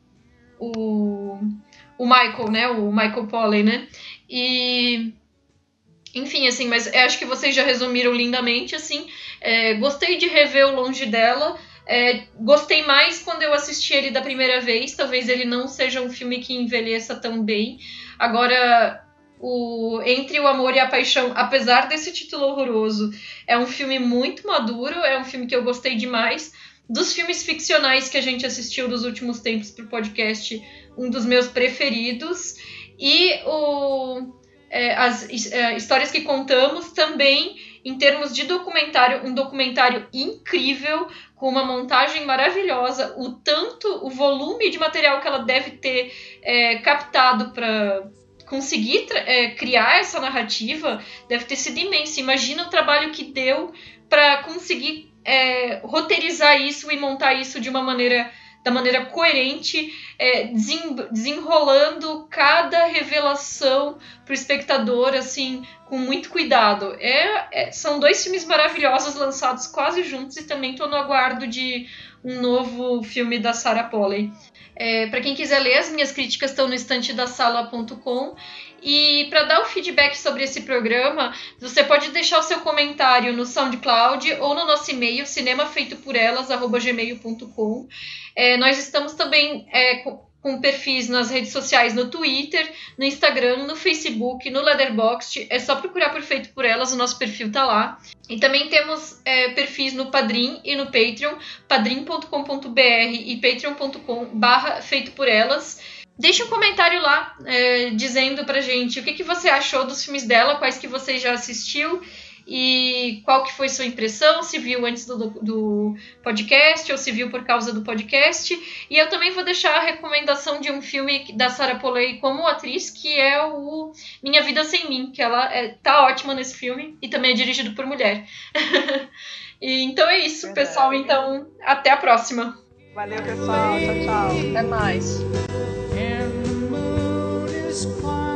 o, o Michael, né, o Michael Pollan, né. E... Enfim, assim, mas acho que vocês já resumiram lindamente, assim. É, gostei de rever o Longe Dela. É, gostei mais quando eu assisti ele da primeira vez. Talvez ele não seja um filme que envelheça tão bem. Agora, o Entre o Amor e a Paixão, apesar desse título horroroso, é um filme muito maduro. É um filme que eu gostei demais. Dos filmes ficcionais que a gente assistiu dos últimos tempos pro podcast, um dos meus preferidos. E o, é, as é, histórias que contamos também, em termos de documentário, um documentário incrível, com uma montagem maravilhosa, o tanto, o volume de material que ela deve ter é, captado para conseguir é, criar essa narrativa, deve ter sido imenso. Imagina o trabalho que deu para conseguir é, roteirizar isso e montar isso de uma maneira, da maneira coerente, é, desenrolando cada revelação para o espectador, assim, com muito cuidado. É, é, são dois filmes maravilhosos lançados quase juntos, e também estou no aguardo de um novo filme da Sarah Polley. É, para quem quiser ler, as minhas críticas estão no estante da sala ponto com. E para dar o feedback sobre esse programa, você pode deixar o seu comentário no SoundCloud ou no nosso e-mail, cinemafeitoporelas arroba gmail ponto com. É, nós estamos também é, com, com perfis nas redes sociais, no Twitter, no Instagram, no Facebook, no Letterboxd. É só procurar por Feito por Elas, o nosso perfil tá lá. E também temos é, perfis no Padrim e no Patreon, padrim ponto com ponto br e patreon ponto com barra feito por elas. Deixe um comentário lá, é, dizendo pra gente o que, que você achou dos filmes dela, quais que você já assistiu e qual que foi sua impressão, se viu antes do, do podcast ou se viu por causa do podcast. E eu também vou deixar a recomendação de um filme da Sarah Polley como atriz, que é o Minha Vida Sem Mim, que ela é, tá ótima nesse filme e também é dirigido por mulher. E, então é isso, verdade, pessoal. Então, até a próxima. Valeu, pessoal. Tchau, tchau. Até mais. And the moon is quiet.